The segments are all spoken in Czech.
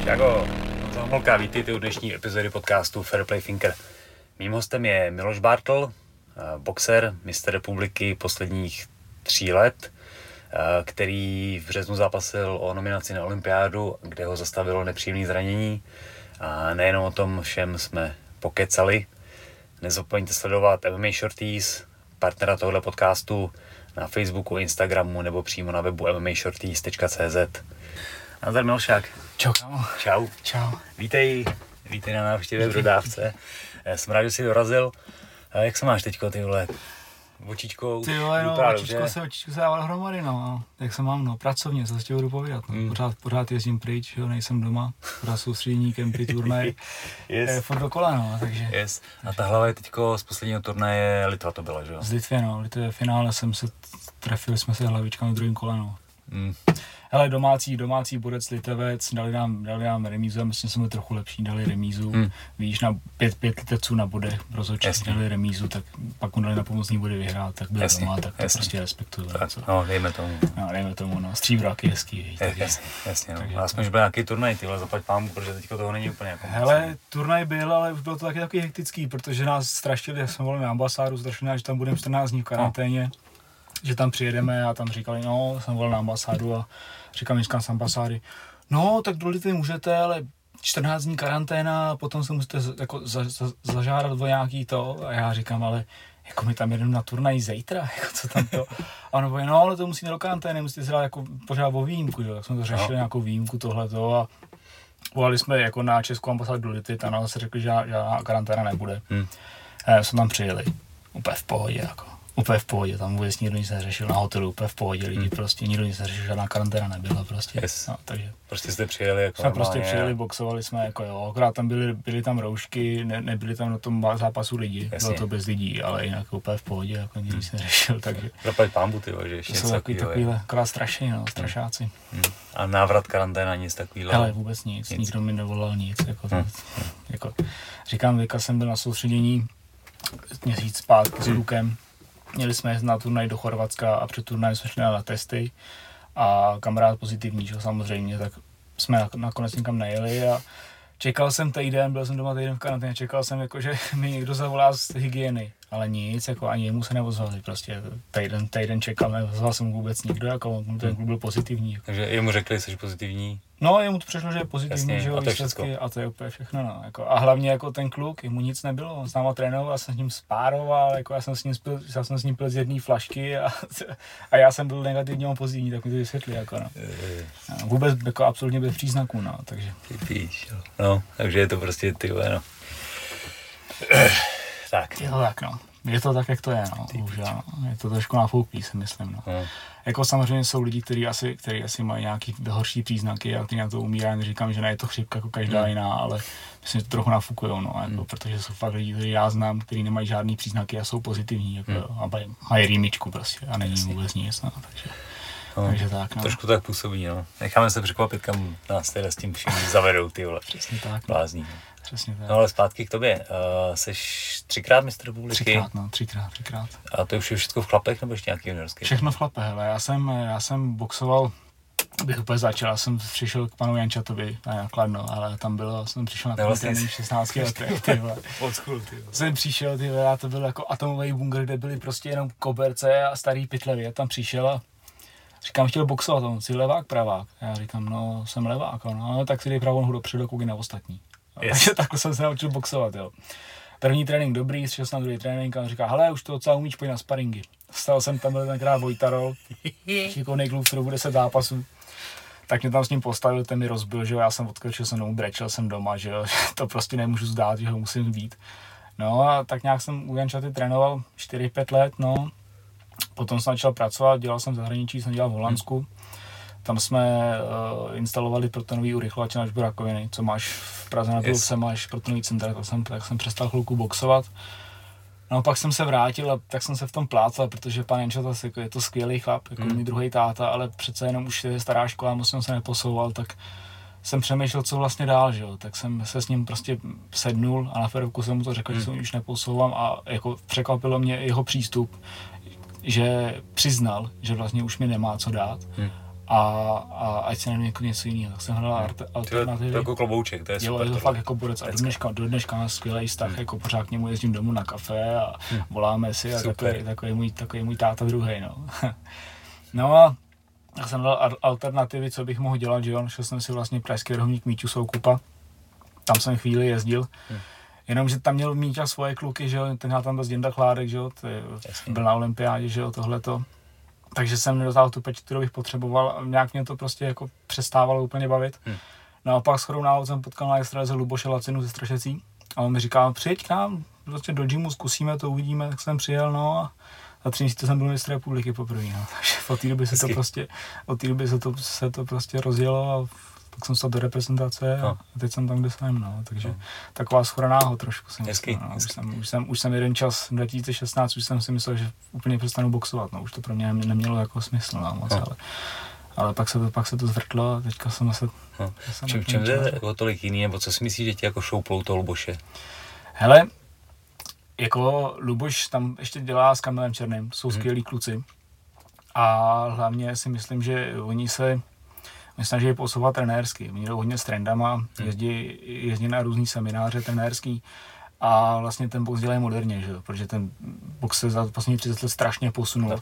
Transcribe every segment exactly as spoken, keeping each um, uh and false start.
Čago, Holka, vítejte u dnešní epizody podcastu Fair Play Thinker. Mým hostem je Miloš Bartl, boxer, mistr republiky posledních tří let, který v březnu zápasil o nominaci na olympiádu, kde ho zastavilo nepříjemné zranění. A nejenom o tom všem jsme pokecali. Nezapomeňte sledovat M M A Shorties, partnera tohoto podcastu, na Facebooku, Instagramu nebo přímo na webu m m a shorties tečka c z. Nazdar Milošák. Čau, kámo. Čau. Čau. Vítej, vítej na návštěvě v dodávce. Jsem rád, že jsi dorazil. Jak se máš teďko, ty vole? Očičko už ty vole, no, vypadá očičko dobře. se, očičko se dával hromady, no. Jak se mám, no, pracovně, co ti budu povídat, no. Mm. Pořád, pořád jezdím pryč, jo, nejsem doma, pořád soustředění, kempy, turnaj, Yes. je furt dokola, no, takže. Yes. A ta hlava je teďko z posledního turnaje Litva to byla, že jo? Z Litvě, no, Litvě finále jsem se, trefili jsme se hlavičkami v druhém kole, no. Mm. Hele, domácí, domácí bodec Litevec, dali nám, dali nám remízu, a myslím, že jsme byli trochu lepší, dali remízu, Hmm. víš, na pět, pět litevců na bodech, rozhodčí dali remízu, tak pak mu dali na pomocný body vyhrát, tak byl Jasně, doma, tak to jasně. prostě respektuju. Tak, co? no, dejme tomu. No, dejme tomu, no, stříbrak je hezký, víš, Je, takže. jasně, jasně, no. takže Aspoň, že byl nějaký turnaj, ty vole, zaplať pámu, protože teďko toho není úplně jako moc. Hele, turnaj byl, ale už bylo to taky taky hektický, protože nás strašili, jak jsme volili na ambasádu, strašili nás, že tam budeme čtrnáct dní v karanténě, že tam přijedeme a tam říkali, no, jsem volil na ambasádu a říkám dneska z ambasády, no, tak do Litvy můžete, ale čtrnáct dní karanténa a potom se musíte jako za, za, zažádat o nějaký to a já říkám, ale jako my tam jedeme na turnaj zítra, jako co tam to. A ono poví, no, ale to musíte do karantény, musíte si dát jako pořád o výjimku, jo, tak jsme to řešili, no. Nějakou výjimku tohleto a volali jsme jako na českou ambasádu do Litvy, tam nám se řekli, že žádná karanténa nebude. Hmm. E, jsme tam přijeli, úplně v pohodě, jako. Úplně v pohodě, tam vůbec nikdo nic neřešil, na hotelu úplně v pohodě, lidi hmm. prostě nikdo nic neřešil, žádná karanténa nebyla prostě. Yes. No, takže Prostě jste přijeli jako jsme prostě normálně, přijeli, boxovali jsme jako jo, akorát tam byly, byly tam roušky, ne, nebyly tam na tom zápasu lidi, Jasně. bylo to bez lidí, ale jinak úplně v pohodě, jako nikdo nic neřešil, takže Zaplať pámbu, ty vole, že ještě to jsou něco takový, takovýho je. takovýhle, akorát strašení, no, strašáci. Hmm. A návrat karanténa, nic takovýhle? Hele, vůbec nic, nic, nikdo mi nevolal nic, jako, to, hmm. jako říkám, Vika jsem byl na soustředění měsíc zpátky s Lukem. Měli jsme jít na turnaj do Chorvatska a před turnajem jsme šli na testy a kamarád pozitivní, že samozřejmě, tak jsme nakonec někam nejeli a čekal jsem týden, byl jsem doma týden v karanténě, čekal jsem jako, že mi někdo zavolá z hygieny, ale nic, jako ani jemu se neozvali, prostě týden, týden čekal, neozval jsem vůbec nikdo, jako ten klub byl pozitivní. Jako. Takže jemu řekli, že jsi pozitivní? No, jemu to přišlo, že je pozitivní, Jasně, že jo, a to je výsledky a to je úplně všechno, no, jako. A hlavně jako ten kluk, jemu nic nebylo, on s náma trénoval, já jsem s ním spároval, jako já jsem s ním spil, já jsem s ním pil z jedné flašky a, a já jsem byl negativně a pozitivní, tak mi to vysvětli, jako no. no. Vůbec jako absolutně bez příznaků, no, takže. Ty píš, jo. No, takže je to prostě ty, no. Tak. Je to tak, no. Je to tak, jak to je, no, bohužel, no. Je to trošku nafouklý, si myslím, no. no. Jako samozřejmě jsou lidi, kteří asi, který asi mají nějaký horší příznaky a kteří na to umírají, neříkám, že ne je to chřipka jako každá hmm. jiná, ale myslím, že to trochu nafukujou, no, jako, hmm. protože jsou fakt lidi, kteří já znám, kteří nemají žádný příznaky a jsou pozitivní, jako, hmm. a mají, mají rýmičku prostě a není vůbec nic, no, takže, no, takže tak, no. Trošku tak působí, no. Necháme se překvapit, kam nás teda s tím vším zavedou, ty vole. Přesně tak. Blázní. No. Přesně tak. No ale zpátky k tobě. Uh, seš třikrát mistr republiky? Třikrát, no, třikrát, třikrát. A to už je všechno v chlapech nebo ještě nějaký juniorský? Všechno v chlapech, hele, já jsem, já jsem boxoval, bych úplně začal, já jsem přišel k panu Jančatovi, ne na Kladno, ale tam bylo, jsem přišel na vlastně trénink v šestnácti letech, ty vole. Old school, ty vole. Jsem přišel, ty vole, a to byl jako atomový bunkr, kde byly prostě jenom koberce a starý pytlevě, tam přišel a říkám, chtěl boxovat, on si levák, pravák. Já říkám, no, jsem levák, no, tak si dej pravou nohu dopředu, koukej na ostatní. Yes. Takže takhle jsem se naučil boxovat, jo. První trénink dobrý, přišel jsem na druhý trénink a on říká, hele, už to docela umíš, pojď na sparingy. Stal jsem tam, byl tenkrát Vojtarol, šikovnej klub, kterou bude se zápasů. Tak mě tam s ním postavil, ten mi rozbil, že jo, já jsem odkročil se mnou, brečel jsem doma, že jo, to prostě nemůžu zdát, že ho musím být. No a tak nějak jsem u Jančaty trénoval čtyři pět let, no. Potom jsem začal pracovat, dělal jsem v zahraničí, jsem dělal v Holandsku. Hmm. Tam jsme uh, instalovali protonový urychlovač na léčbu rakoviny, co máš v Praze na Pilce, yes. Máš protonový center, tak jsem, tak jsem přestal chvilku boxovat. No pak jsem se vrátil a tak jsem se v tom plácal, protože pan Jančata jako je to skvělý chlap, jako mm. můj druhý táta, ale přece jenom už je stará škola, moc jsem se neposouval, tak jsem přemýšlel, co vlastně dál, že jo, tak jsem se s ním prostě sednul a na férovku jsem mu to řekl, mm. že se už neposouvám a jako překvapilo mě jeho přístup, že přiznal, že vlastně už mi nemá co dát. Mm. a, a ať se nevím jako něco jiného. Tak jsem hledal alternativy. To je jako klobouček, to je jo, super. Je to fakt jako borec a do dneška, do dneška mám skvělý vztah, hmm. jako pořád k němu jezdím domů na kafe a hmm. voláme si a takový, takový, můj, takový můj táta druhej, no. No a já jsem dal alternativy, co bych mohl dělat, že jo, šel jsem si vlastně pražský rohovník Míťu Soukupa, tam jsem chvíli jezdil, hmm. jenomže tam měl Míťa svoje kluky, že jo, tenhle tam byl Zděnda Chládek, že jo, byl na olympiádě, že jo, tohleto. Takže jsem nedotáhl tu peč, kterou bych potřeboval a nějak mě to prostě jako přestávalo úplně bavit. Hmm. No a pak shodou náhod jsem potkal na extraze Luboše Lacinu ze Strašecí a on mi říkal, přijď k nám, prostě do gymu, zkusíme to, uvidíme, tak jsem přijel, no a za tři měsíce jsem byl mistr republiky poprvé, no. Takže od té doby se to prostě, od té doby se to, se to prostě rozjelo a pak jsem stal do reprezentace a no. teď jsem tam, kde jsem, no. Takže no. taková shoda náhod trošku jsem hezky, myslel, no. hezky. Už, jsem, už, jsem, už jsem jeden čas, dva tisíce šestnáct, už jsem si myslel, že úplně přestanu boxovat, no. Už to pro mě nemělo jako smysl, no, moc, no. ale... Ale pak se to, pak se to zvrtlo a teďka jsem zase... No. Čím, čím jde o tolik jiný, nebo co si myslíš, že ti jako šouplou to Luboše? Hele, jako Luboš tam ještě dělá s Kamilem Černým, jsou hmm. skvělí kluci. A hlavně si myslím, že oni se my snaží posouvat trenérsky. Oni jdou hodně s trendama, jezdí, jezdí na různý semináře trenérský a vlastně ten box dělají moderně, že? Protože ten box se za poslední třicet let strašně posunul.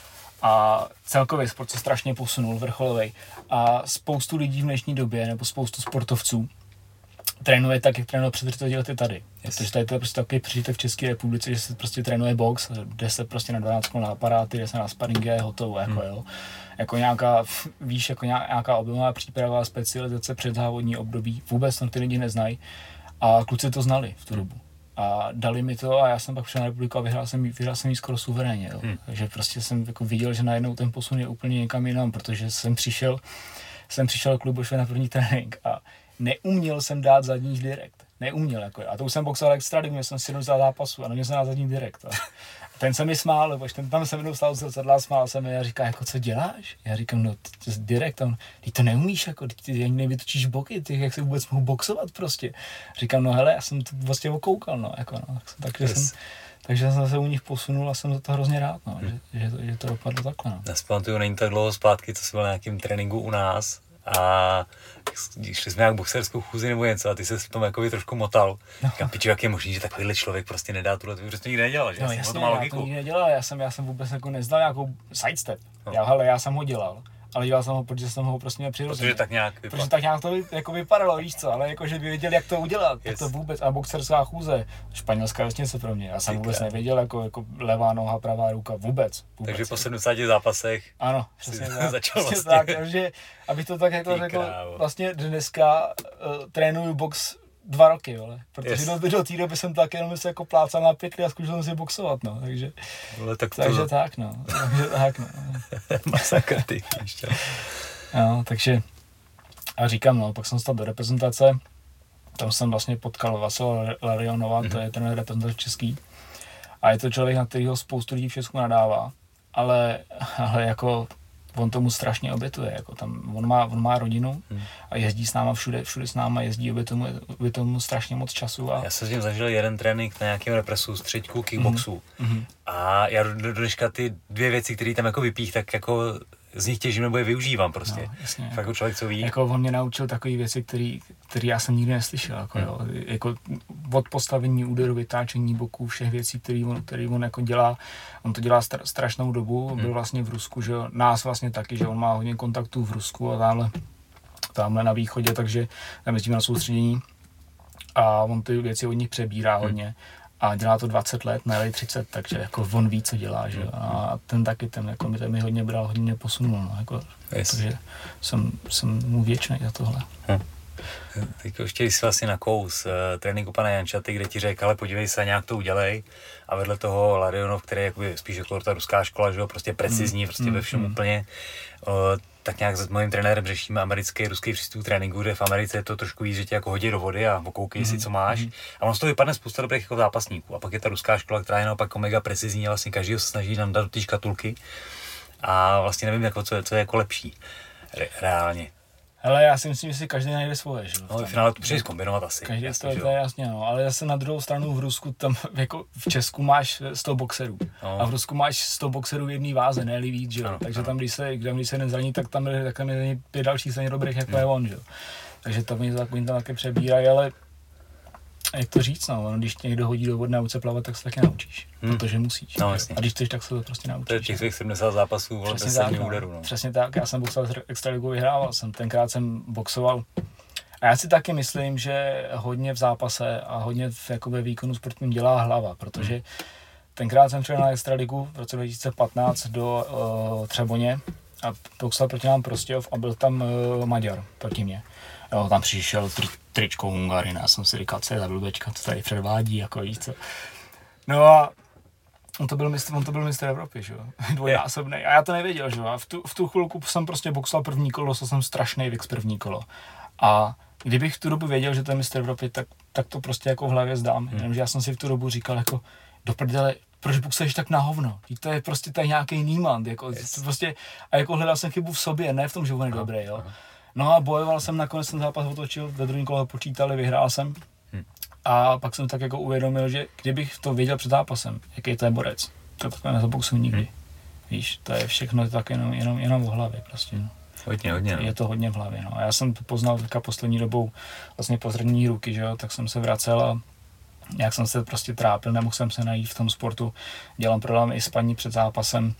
A celkově sport se strašně posunul, vrcholovej. A spoustu lidí v dnešní době, nebo spoustu sportovců, trénuje tak, jak trénuje před třiceti lety tady. Yes. Protože tady to je prostě takový přížitek v České republice, že se prostě trénuje box, jde se prostě na dvanáct na aparáty, jde se na sparingy a je hotovo, jako hmm. jo. Jako nějaká, víš, jako nějaká objemová příprava, specializace, předzávodní období, vůbec to ty lidi neznají. A kluci to znali v tu dobu. A dali mi to a já jsem pak přišel na republiku a vyhrál jsem, vyhrál jsem jí skoro suverénně, jo. Hmm. Takže prostě jsem jako viděl, že najednou ten posun je úplně někam jinam, protože jsem přišel, jsem přišel k Lubošovi na první trénink a neuměl jsem dát zadní direkt. Neuměl, jako. A to už jsem boxoval extra, měl jsem si za zápasu a neměl jsem dát zadní direkt. A ten se mi smál, nebo ten tam se mnou stál zrcadla, smál se mi a říká, jako co děláš? Já říkám, no ty direkt, on, ty to neumíš, jako, ty ani nevytočíš boky, ty jak se vůbec mohu boxovat prostě. Říkám, no hele, já jsem to vlastně okoukal, no, jako, no. Takže yes. jsem, takže jsem se u nich posunul a jsem za to hrozně rád, no, hmm. že, že, to, že to dopadlo takhle, no. Já si pamatuju, není tak dlouho zpátky, co jsem byl na nějakým tréninku u nás a šli jsme nějak boxerskou chůzi nebo něco a ty se v tom jakoby trošku motal. No. Říkám, piči, jak je možný, že takovýhle člověk prostě nedá tuhle, ty prostě nikdy nedělal, že? No já jasně, to má já logiku. to nikdy nedělal, já jsem, já jsem vůbec jako neznal nějakou sidestep. No. Já, hele, já jsem ho dělal, ale dělal jsem ho, protože jsem ho prostě měl přirozeně. Protože tak nějak vypadalo. Protože tak nějak to jako vypadalo, víš co, ale jako, že by věděl, jak to udělat, yes. tak to vůbec, a boxerská chůze, španělská vesnice pro mě, já jsem vůbec nevěděl, jako, jako levá noha, pravá ruka, vůbec. vůbec. Takže po sedmdesáti zápasech ano, přesně tak, začal vlastně vlastně. tak, takže, aby to tak jako řekl, vlastně dneska uh, trénuju box dva roky, vole, protože yes. do, do té doby jsem tak jenom se jako plácal na pětky a zkoušel jsem si boxovat, no, takže, Vole, tak to... takže tak, no, takže tak, no. Masakr, ty, ještě. No, takže, a říkám, no, pak jsem stal do reprezentace, tam jsem vlastně potkal Vasila Larionova, mm-hmm. to je ten reprezentace český, a je to člověk, na kterýho spoustu lidí v Česku nadává, ale, ale jako on tomu strašně obětuje, jako tam, on má, on má rodinu hmm. a jezdí s náma všude, všude s náma, jezdí, obětuje tomu, tomu strašně moc času. A... Já jsem s ním zažil jeden trénink na nějakém represu, střeďku, kickboxu mm-hmm. a já do, do dneška ty dvě věci, které tam jako vypích, tak jako z nich těžím nebo je využívám prostě. No, jasně, fakt jako člověk, co ví. Jako on mě naučil takové věci, které já jsem nikdy neslyšel, jako, hmm. jo, jako od postavení úderu, vytáčení boků, všech věcí, které on, který on jako dělá. On to dělá stra, strašnou dobu, hmm. byl vlastně v Rusku, že jo, nás vlastně taky, že on má hodně kontaktů v Rusku a tamhle, tamhle na východě, takže tam jezdíme na soustředění a on ty věci od nich přebírá hmm. hodně. A dělá to dvacet let, ne třicet, takže jako on ví, co dělá, že? A ten taky, ten, jako mi, ten mi hodně bral, hodně mě posunul, no, jako, yes. takže jsem, jsem mu vděčný za tohle. Hm. Teď ještě jsi vlastně na kous tréninku pana Jančaty, kde ti řekl, ale podívej se, nějak to udělej. A vedle toho Larionov, který je jakoby spíš jako ta ruská škola, že jo, prostě precizní, mm, prostě mm, ve všem mm. úplně. O, tak nějak s mojím trenérem řešíme americký, ruský přístup tréninku, kde v Americe je to trošku víc, že tě jako hodí do vody a okoukej mm, si, co máš. Mm. A ono z toho vypadne spousta dobrých jako zápasníků. A pak je ta ruská škola, která je naopak mega precizní a vlastně každý se snaží nám dát do té škatulky. A vlastně nevím, jako, co, je, co je jako lepší re, reálně. Hele, já si myslím, že si každý najde svoje, že? No, v finále to přijde zkombinovat asi. Každý jasně, to, to je jasně, no. Ale zase na druhou stranu v Rusku, tam jako v Česku máš sto boxerů. No. A v Rusku máš sto boxerů v jedné váze, ne víc, že? Ano, Takže ano. tam, když se, když se jeden zraní, tak tam je, tak tam je pět dalších stejně dobrých, jako je on, že? Takže to oni takovým tam taky přebírají, ale jak to říct, no, když tě někdo hodí do vody nauce plavat, tak se taky naučíš, hmm. protože musíš. No, a když chceš, tak se to prostě naučíš. To je těch svých sedmdesát zápasů, vole, bez sedmi úderů. No. Přesně tak, já jsem boxoval extraligu, vyhrával jsem, tenkrát jsem boxoval. A já si taky myslím, že hodně v zápase a hodně v jakoby, výkonu sportním dělá hlava, protože hmm. tenkrát jsem přijel na extraligu v roce dva tisíce patnáct do uh, Třeboně a boxoval proti nám Prostějov a byl tam uh, Maďar proti mně. Jo, tam přišel tri, tričko Hungarina, já jsem si říkal, co je za blbečka, co tady předvádí, jako víš co. No a on to byl mistr, on to byl mistr Evropy, že jo, dvojnásobnej. A já to nevěděl, že jo, a v tu, v tu chvilku jsem prostě boxoval první kolo, dostal jsem strašný věk z první kolo. A kdybych v tu dobu věděl, že to je mistr Evropy, tak, tak to prostě jako v hlavě zdám. Hmm. Jenomže já jsem si v tu dobu říkal jako, do prdele, proč boxuješ tak na hovno? To je prostě tady nějaký nímant, jako, yes. prostě, a jako hledal jsem chybu v sobě, ne v tom, že on je dobrý, jo. No a bojoval jsem, nakonec ten zápas otočil, ve druhém kole počítali, vyhrál jsem. Hmm. A pak jsem tak jako uvědomil, že kdybych to věděl před zápasem, jaký to je borec, tak takhle nezaboxuju nikdy. Hmm. Víš, to je všechno tak jenom, jenom, jenom v hlavě prostě, no. Hodně, hodně, no. Je to hodně v hlavě, no. A já jsem to poznal teďka poslední dobou vlastně po zranění ruky, že jo, tak jsem se vracel a jak jsem se prostě trápil, nemohl jsem se najít v tom sportu, dělám problémy i s paní před zápasem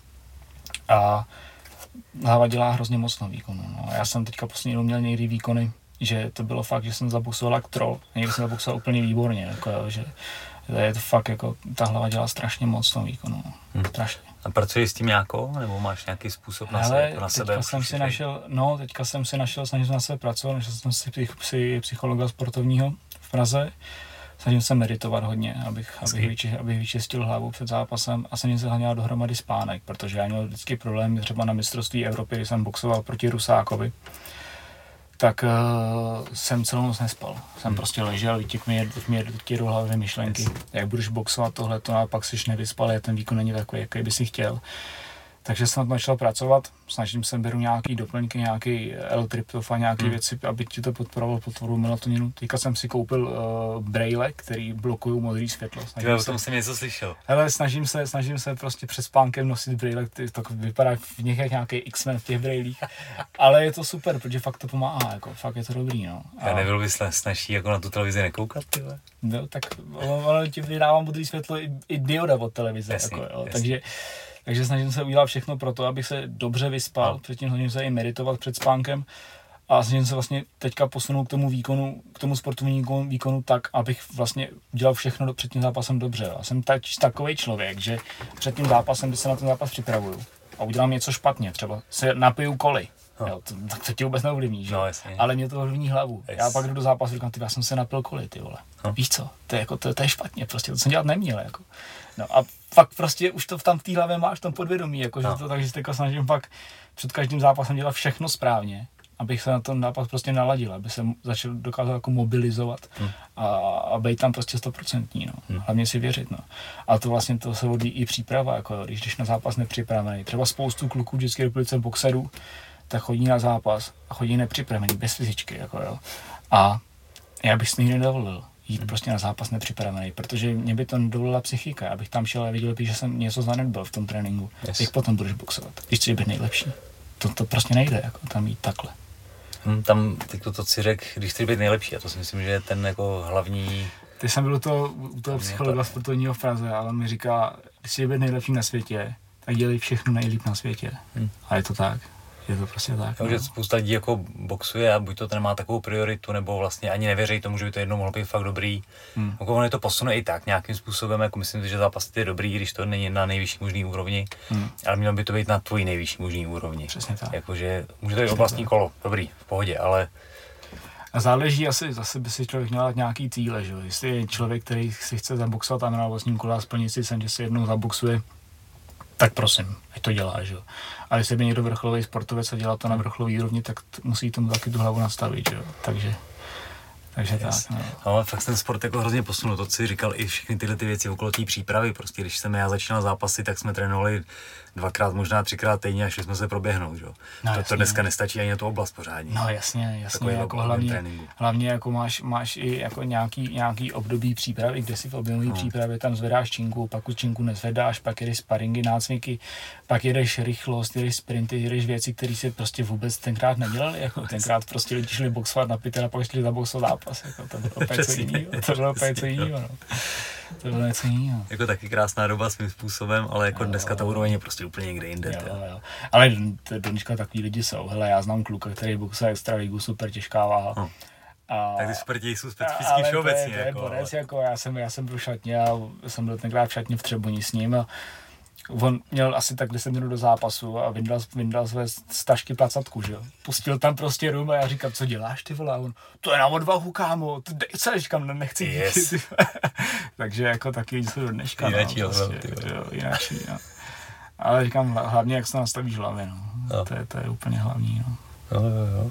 a hlava dělá hrozně moc na výkonu, no. Já jsem teďka poslední dobou měl někdy výkony, že to bylo fakt, že jsem zaboxoval jak troll, někdy jsem zaboxoval úplně výborně, jako jo, že je to fakt jako, ta hlava dělá strašně moc na výkonu, no. hmm. strašně. A pracuješ s tím nějakou, nebo máš nějaký způsob na, Hele, se, na sebe? Teďka jsem si našel, no, teďka jsem si našel, snažil jsem na sebe pracovat, našel jsem si psych, psychologa sportovního v Praze. Snažím se meditovat hodně, abych, abych, vyči, abych vyčistil hlavu před zápasem a snažím se hlavně dohromady spánek, protože já měl vždycky problémy třeba na mistrovství Evropy, kdy jsem boxoval proti Rusákovi, tak uh, jsem celou noc nespal. Jsem hmm. prostě ležel, vytěk mi je do hlavy myšlenky, yes. jak budeš boxovat tohleto a pak jsi nevyspal, a ten výkon není takový, jaký by si chtěl. Takže jsem na to začal pracovat, snažím se, beru nějaký doplňky, nějaký L-tryptofan, nějaké hmm. věci, aby ti to podporovalo podporu melatoninu. Teďka jsem si koupil uh, brejle, který blokují modré světlo. Ty o tom jsem něco slyšel. Hele, snažím se, snažím se prostě před spánkem nosit brejle, to vypadá v nich jak nějaký X-Men v těch brejlích, ale je to super, protože fakt to pomáhá, jako, fakt je to dobrý, no. A já nebyl bys snažší jako na tu televizi nekoukat, tyhle? No, tak ono ti vydává modré světlo i, i dioda od televize, jasný, jako, jo, takže Takže snažím se udělat všechno pro to, abych se dobře vyspal, no. předtím snažím se i meditovat před spánkem a snažím se vlastně teďka posunout k tomu výkonu, k tomu sportovnímu výkonu tak, abych vlastně dělal všechno před tím zápasem dobře. Já jsem tak, takovej člověk, že před tím zápasem, když se na ten zápas připravuju a udělám něco špatně, třeba se napiju koli, no. jo, to, tak to tě vůbec neovlivní, že? No, ale mě to ovlivní hlavu. Yes. Já pak jdu do zápasu a říkám, ty, já jsem se napil koli, ty vole. No. Víš co, to je, jako, to, to je špatně, prostě to jsem dělat neměl. Jako. No a fakt prostě už to tam v té hlavě máš, v tom podvědomí, jako, no. že to, takže se teďka snažím fakt před každým zápasem dělat všechno správně, abych se na ten zápas prostě naladil, aby se začal dokázat jako mobilizovat hmm. a, a být tam prostě stoprocentní, no. Hmm. Hlavně si věřit, no. A to vlastně to se vodí i příprava, jako když jdeš na zápas nepřipravený. Třeba spoustu kluků v České republice boxerů, tak chodí na zápas a chodí nepřipravený, bez fyzičky, jako jo. A já bych si nikdy nedovolil jít hmm. prostě na zápas nepřipravený, protože mě by to nedovolila psychika. Já bych tam šel a viděl bych, že jsem něco zanedbal v tom tréninku. Yes. Jak potom budeš boxovat, když chceš být nejlepší. To, to prostě nejde, jako tam jít takhle. Hmm, tam teď to, to si řekl, když chceš být nejlepší, a to si myslím, že je ten jako hlavní... Teď jsem byl u toho, u toho psychologa sportovního v Praze a on mi říká, když chceš být nejlepší na světě, tak dělej všechno nejlíp na světě. Hmm. A je to tak. Je to prostě tak. Takže no. spousta lidí jako boxuje a buď to ten má takovou prioritu, nebo vlastně ani nevěří tomu, že by to jednou mohlo být fakt dobrý. Hmm. Jako ono je to posune i tak nějakým způsobem, jako myslím, že zápas je dobrý, když to není na nejvyšší možný úrovni, hmm. ale mělo by to být na tvojí nejvyšší možný úrovni. Přesně tak. Jakože může to být oblastní kolo, dobrý, v pohodě, ale... A záleží asi, zase by si člověk měl dát nějaký cíle, že jo. Jestli je člověk, který si chce zaboxovat a na vlastním kole a splnit si sen, že si jednou zaboxuje, tak prosím, ať to dělá, že jo. Ale jestli by někdo vrcholový sportovec a dělá to na vrcholový úrovni, tak t- musí tomu taky tu hlavu nastavit, že jo. Takže Takže yes. tak, no. Ale fakt ten sport jako hrozně posunul, to si říkal i všechny tyhle ty věci okolo té přípravy, prostě když jsem já začínal zápasy, tak jsme trénovali dvakrát, možná třikrát týdně a šli jsme se proběhnout, jo. No, to, to dneska nestačí ani na tu oblast pořádně. No jasně, jasně, jako hlavně, hlavně jako máš, máš i jako nějaký, nějaký období přípravy, kde si v objemové no. přípravě tam zvedáš činku, pak už činku nezvedáš, pak jedeš sparingy, nácviky, pak jedeš rychlost, jedeš sprinty, jedeš věci, které si prostě vůbec tenkrát nedělali, jako no, tenkrát prostě lidi šli boxovat na pytel a pak šli zaboxovat zápas, jako to bylo opět co jiného, to bylo opět co jiného, no. To bylo něco jiného. Jako taky krásná doba svým způsobem, ale jako jo, dneska ta úroveň je prostě úplně někde jinde. Jo, jo. Ale do dneška takový lidi jsou. Hele, já znám kluka, který boxuje extraligu, super těžká váha. No. A, tak ty super těžké jsou specifický všeobecně. To je, to je borec, jako já jsem, já jsem byl v šatně a jsem byl tenkrát v šatně v Třeboni s ním a on měl asi tak deset minut do zápasu a vyndal, vyndal své stažky placatku, že jo. Pustil tam prostě rum a já říkám, co děláš ty vole? A on, to je na odvahu, kámo, to dej se, říkám, nechci yes. díky, takže jako taky jsou do dneška, jináčí, no, prostě, jo, jináčí, no. Ale říkám, hlavně jak se nastavíš hlavě, no. No. To, je, to je úplně hlavní, no. Jo, jo, jo.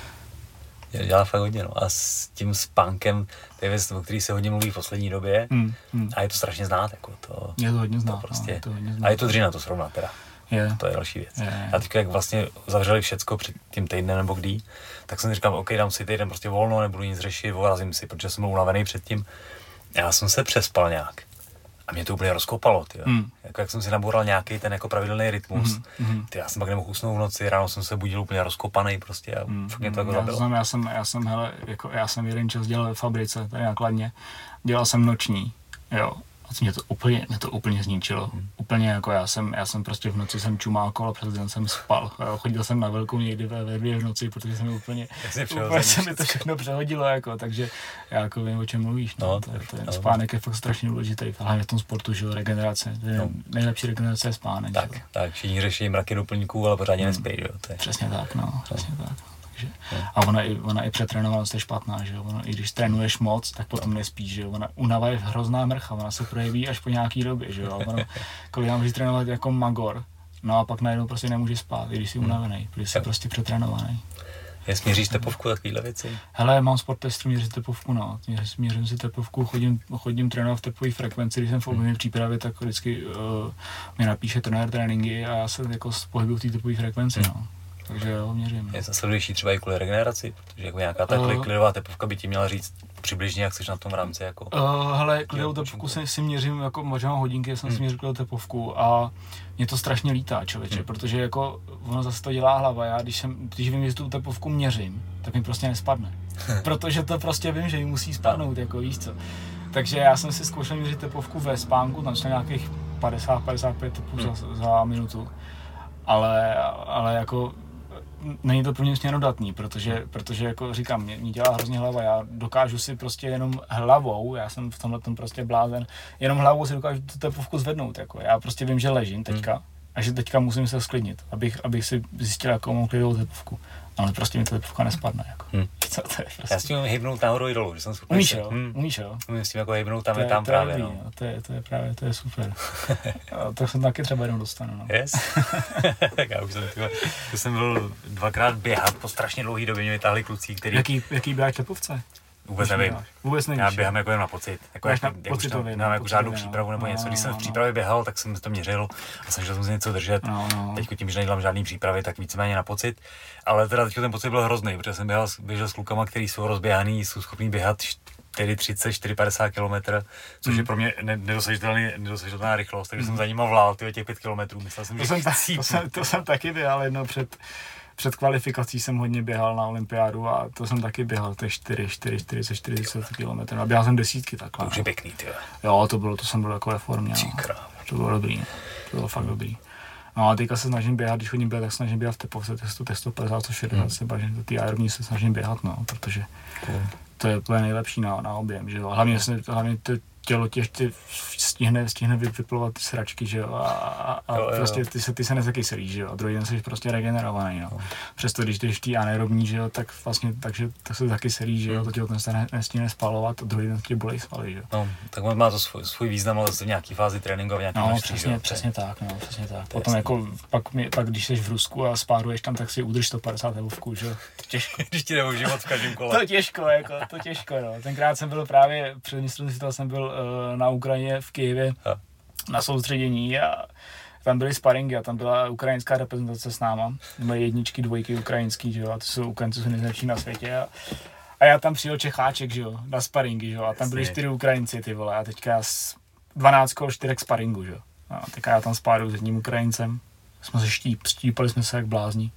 Dělá fakt hodně, no. A s tím spánkem, to je věc, o který se hodně mluví v poslední době mm, mm. a je to strašně znát, jako to. Je to hodně znát, to prostě, no, je to hodně znát. A je to dřina to srovnat teda. Je. To je další věc. Je, je. A teď, jak vlastně zavřeli všecko před tím týdnem nebo kdy, tak jsem si říkal, OK, dám si týden prostě volno, nebudu nic řešit, vorazím si, protože jsem byl unavený předtím. Já jsem se přespal nějak. A mě to úplně rozkopalo, tyjo. Mm. Jako jak jsem si naboural nějaký ten jako pravidelný rytmus. Mm. Ty, já jsem pak nemohl usnout v noci, ráno jsem se budil úplně rozkopaný prostě a mm. fakt mě to jako já zabilo. Znam, já jsem, já jsem, hele, jako já jsem jeden čas dělal ve fabrice, tady na Kladně. Dělal jsem noční, jo. A mě to úplně, mě to úplně zničilo. Hmm. Úplně jako já jsem, já jsem prostě v noci jsem čumákol a přes den jsem spal. Jo. Chodil jsem na velkou někdy ve dvě v noci, protože jsem úplně, úplně se mi to všechno přehodilo, jako, takže já jako vím, o čem mluvíš. No. No, to, to je, spánek je fakt strašně důležitý, hlavně v tom sportu, že jo, regenerace. No. Nejlepší regenerace je spánek. Tak, že? Tak, všichni řeší mraky doplňků, ale pořádně hmm. nespějí, jo. To je... Přesně tak, no, přesně no. tak. Takže, a ona i, ona i přetrénovanost je špatná, že jo, ona, i když trénuješ moc, tak potom nespíš, že jo, ona únava je hrozná mrcha, ona se projeví až po nějaký době, že jo, ona, kolik můžeš trénovat jako magor, no a pak najednou prostě nemůže spát, i když jsi unavený, protože jsi prostě přetrénovaný. Jest, měříš tepovku, takovýhle věci? Hele, mám sportestru, měřím tepovku, no, měřím si tepovku, chodím, chodím trénovat v tepové frekvenci, když jsem v objemové přípravě, tak vždycky uh, mě napíše trenér tréninky a já se jako pohybuju v té tepové frekvenci, no. Takže jo, měřím. Je zasleduješ třeba i kvůli regeneraci, protože jako nějaká ta uh, klidová tepovka by ti měla říct přibližně, jak jsi na tom rámci jako. Uh, hele, klidovou tepovku si, si měřím, jako možná hodinky, jsem hmm. si měřil klidovou tepovku a mě to strašně lítá, člověče, hmm. protože jako ono zase to dělá hlava, já když jsem, když vím, že tu tepovku měřím, tak mi prostě nespadne. Protože to prostě vím, že mi musí spadnout, jako víš co. Takže já jsem si zkoušel měřit tepovku ve spánku, tam šlo nějakých padesát padesát pět tepů hmm. za, za minutu. Ale, ale jako není to pro mě směrodatný, protože, protože jako říkám, mě, mě dělá hrozně hlava, já dokážu si prostě jenom hlavou, já jsem v tomhle tom prostě blázen, jenom hlavou si dokážu tu tepovku zvednout, jako já prostě vím, že ležím teďka hmm. a že teďka musím se sklidnit, abych, abych si zjistil, jakou mám klidovou tepovku, ale prostě mi ta tepovka nespadne, jako. Hmm. Co to je prostě? Já s tím hejbnout nahoru i dolů, že jsem schopný. Umíš jo, hmm. umíš jo. Umím s tím jako hejbnout tam to je tam to právě, je no. To je, to je právě, to je super. A to jsem taky třeba jenom dostanu, no. Yes. Tak já už jsem tyhle, to jsem byl dvakrát běhat po strašně dlouhý době, mě vytáhli kluci, který... Jaký, jaký běháš tepovce? Vůbec nevím. Vůbec nevíš. Já běhám jako jen na pocit. Jako jak, na jak už tam, no, nemám jako žádnou no. přípravu nebo no, něco. Když jsem no, v přípravě běhal, tak jsem to měřil a snažil jsem se něco držet. No, no. Teď tím, že nedělám žádný přípravy, tak víceméně na pocit. Ale teda teď ten pocit byl hrozný, protože jsem běhal, běžel s klukama, kteří jsou rozběhaný, jsou schopní běhat čtyři třicet, čtyři padesát kilometrů, což mm. je pro mě nedosažitelná rychlost. Takže mm. jsem za nima vlál tyhle těch pět kilometrů. Myslel jsem, to že jsem, ta, to, jsem, to jsem taky běhal jedno před Před kvalifikací jsem hodně běhal na olympiádu a to jsem taky běhal, to je čtyři, čtyři, čtyřicet, čtyřicet kilometrů a běhal jsem desítky takhle. To už je pěkný, tyjo. Jo, to bylo, to jsem byl jako ve formě, no. To bylo dobrý, to bylo fakt dobrý. No a teďka se snažím běhat, když chodím běhat, tak snažím běhat v tepovce, testu, testu padesát, šedesát, hmm. se bažím, to ty aerobní se snažím běhat, no, protože cool. To je úplně nejlepší na, na objem, že jo. Hlavně, hlavně to tělo tě ještě stihne, stihne vyplovat ty sračky, že jo, a, a, a jo, prostě ty se, ty se nezakyselíš, že jo, a druhý den jsi prostě regenerovaný, no. Přesto, když jdeš tý anaerobní, že jo, tak vlastně, takže tak se zakyselíš, že jo, to tělo ten se ne, nestihne spalovat a druhý den tě bolej svaly, že jo. No, tak má to svůj, svůj význam, ale v nějaký fázi tréninku a v nějakém No, množství, přesně, jo, přesně tak, no, přesně tak. To Potom jasný. jako, pak, mi, pak když jsi v Rusku a spáruješ tam, tak si udrž sto padesát hebovku, že jo, to těžko. Když ti nebo život v každém kole. To těžko, jako, to těžko, no. Tenkrát jsem byl právě, před mistrovství světa jsem byl uh, na Ukrajině v Kyjevě Ha. na soustředění a tam byly sparingy a tam byla ukrajinská reprezentace s náma. Byly jedničky, dvojky ukrajinský, že jo, a to jsou Ukrajinci jsou nejlepší na světě. A, a já tam přijel Čecháček, že jo, na sparingy, že jo, a tam byli čtyři Ukrajinci, ty vole, a teďka já s dvanáct kol čtyřek sparingu, že jo. A teďka já tam spáruju s jedním Ukrajincem, jsme se štíp, štípali jsme se jak blázni.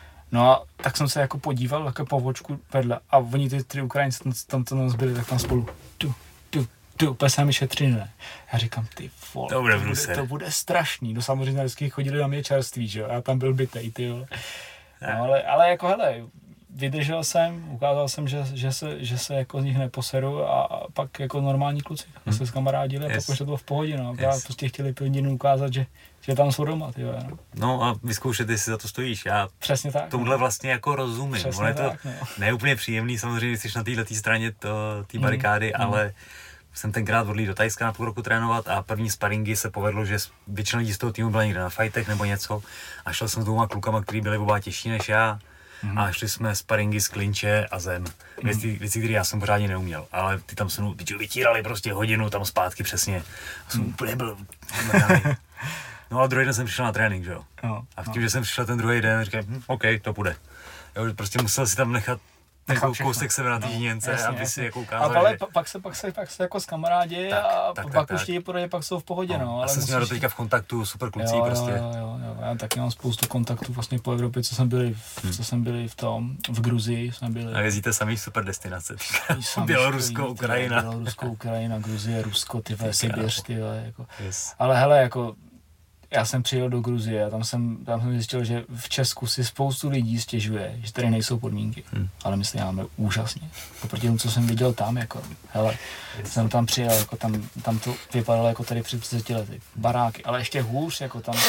No a tak jsem se jako podíval jako po vočku vedle a oni ty tři Ukrajinci tam, tam to nás byli tak tam spolu tu, tu, tu, úplně sami šetřili, ne. Já říkám, ty vole, to bude, to bude, to bude strašný. No samozřejmě vždycky chodili na mě čerství, že jo, já tam byl bitej, ty vole. No ale, ale jako hele, vydržel jsem, ukázal jsem, že, že, se, že se jako z nich neposeru a, a pak jako normální kluci hmm. se zkamarádili a yes. pak už to bylo v pohodě, no. Yes. Já prostě chtěli tu hodinu ukázat, že, že tam jsou doma, ty vole, no. No a vyzkoušet, jestli za to stojíš. Já Přesně tak. tomuhle vlastně jako rozumím. Přesně Ono je to tak, no. neúplně příjemný, samozřejmě jsi na této straně té barikády, mm. ale jsem tenkrát odlít do Thajska na půl roku trénovat a první sparingy se povedlo, že většina lidí z toho týmu byla někde na fightech nebo něco a šel jsem s dvouma klukama, kteří byli oba těžší než já. Mm. A šli jsme sparingy z klinče a zem. Věci, věci, které já jsem pořádně neuměl. Ale ty tam se mnou vytírali prostě hodinu tam zpátky přesně. A jsem mm. úplně byl mrdaný. No a druhý den jsem přišel na trénink, že jo. No, a v tím, no. že jsem přišel ten druhý den, říkám, hm, OK, to půjde. Jo, prostě musel si tam nechat jako kousek sebe na té žíněnce, no, aby si jako ukázal, ale že... pak se, pak se, pak se jako s kamarádi tak, a tak, pak tak, už ti poradě, pak jsou v pohodě, no. no ale jsem s nimi teďka v kontaktu, super kluci jo, prostě. Jo, jo, jo, já taky mám spoustu kontaktů vlastně po Evropě, co jsem byli, v, hmm. co jsem byli v tom, v Gruzii jsme byli. A jezdíte samý super destinace, Bělorusko, Ukrajina. Bělorusko, Ukrajina, Gruzie, Rusko, ty vole, Sibiř, ty vole, jako. Yes. Ale hele, jako já jsem přijel do Gruzie a tam jsem, tam jsem zjistil, že v Česku si spoustu lidí stěžuje, že tady nejsou podmínky, hmm. ale my si máme úžasně. Oproti tomu, co jsem viděl tam, jako, hele, yes. jsem tam přijel, jako tam, tam to vypadalo jako tady před třiceti lety, baráky, ale ještě hůř, jako tam,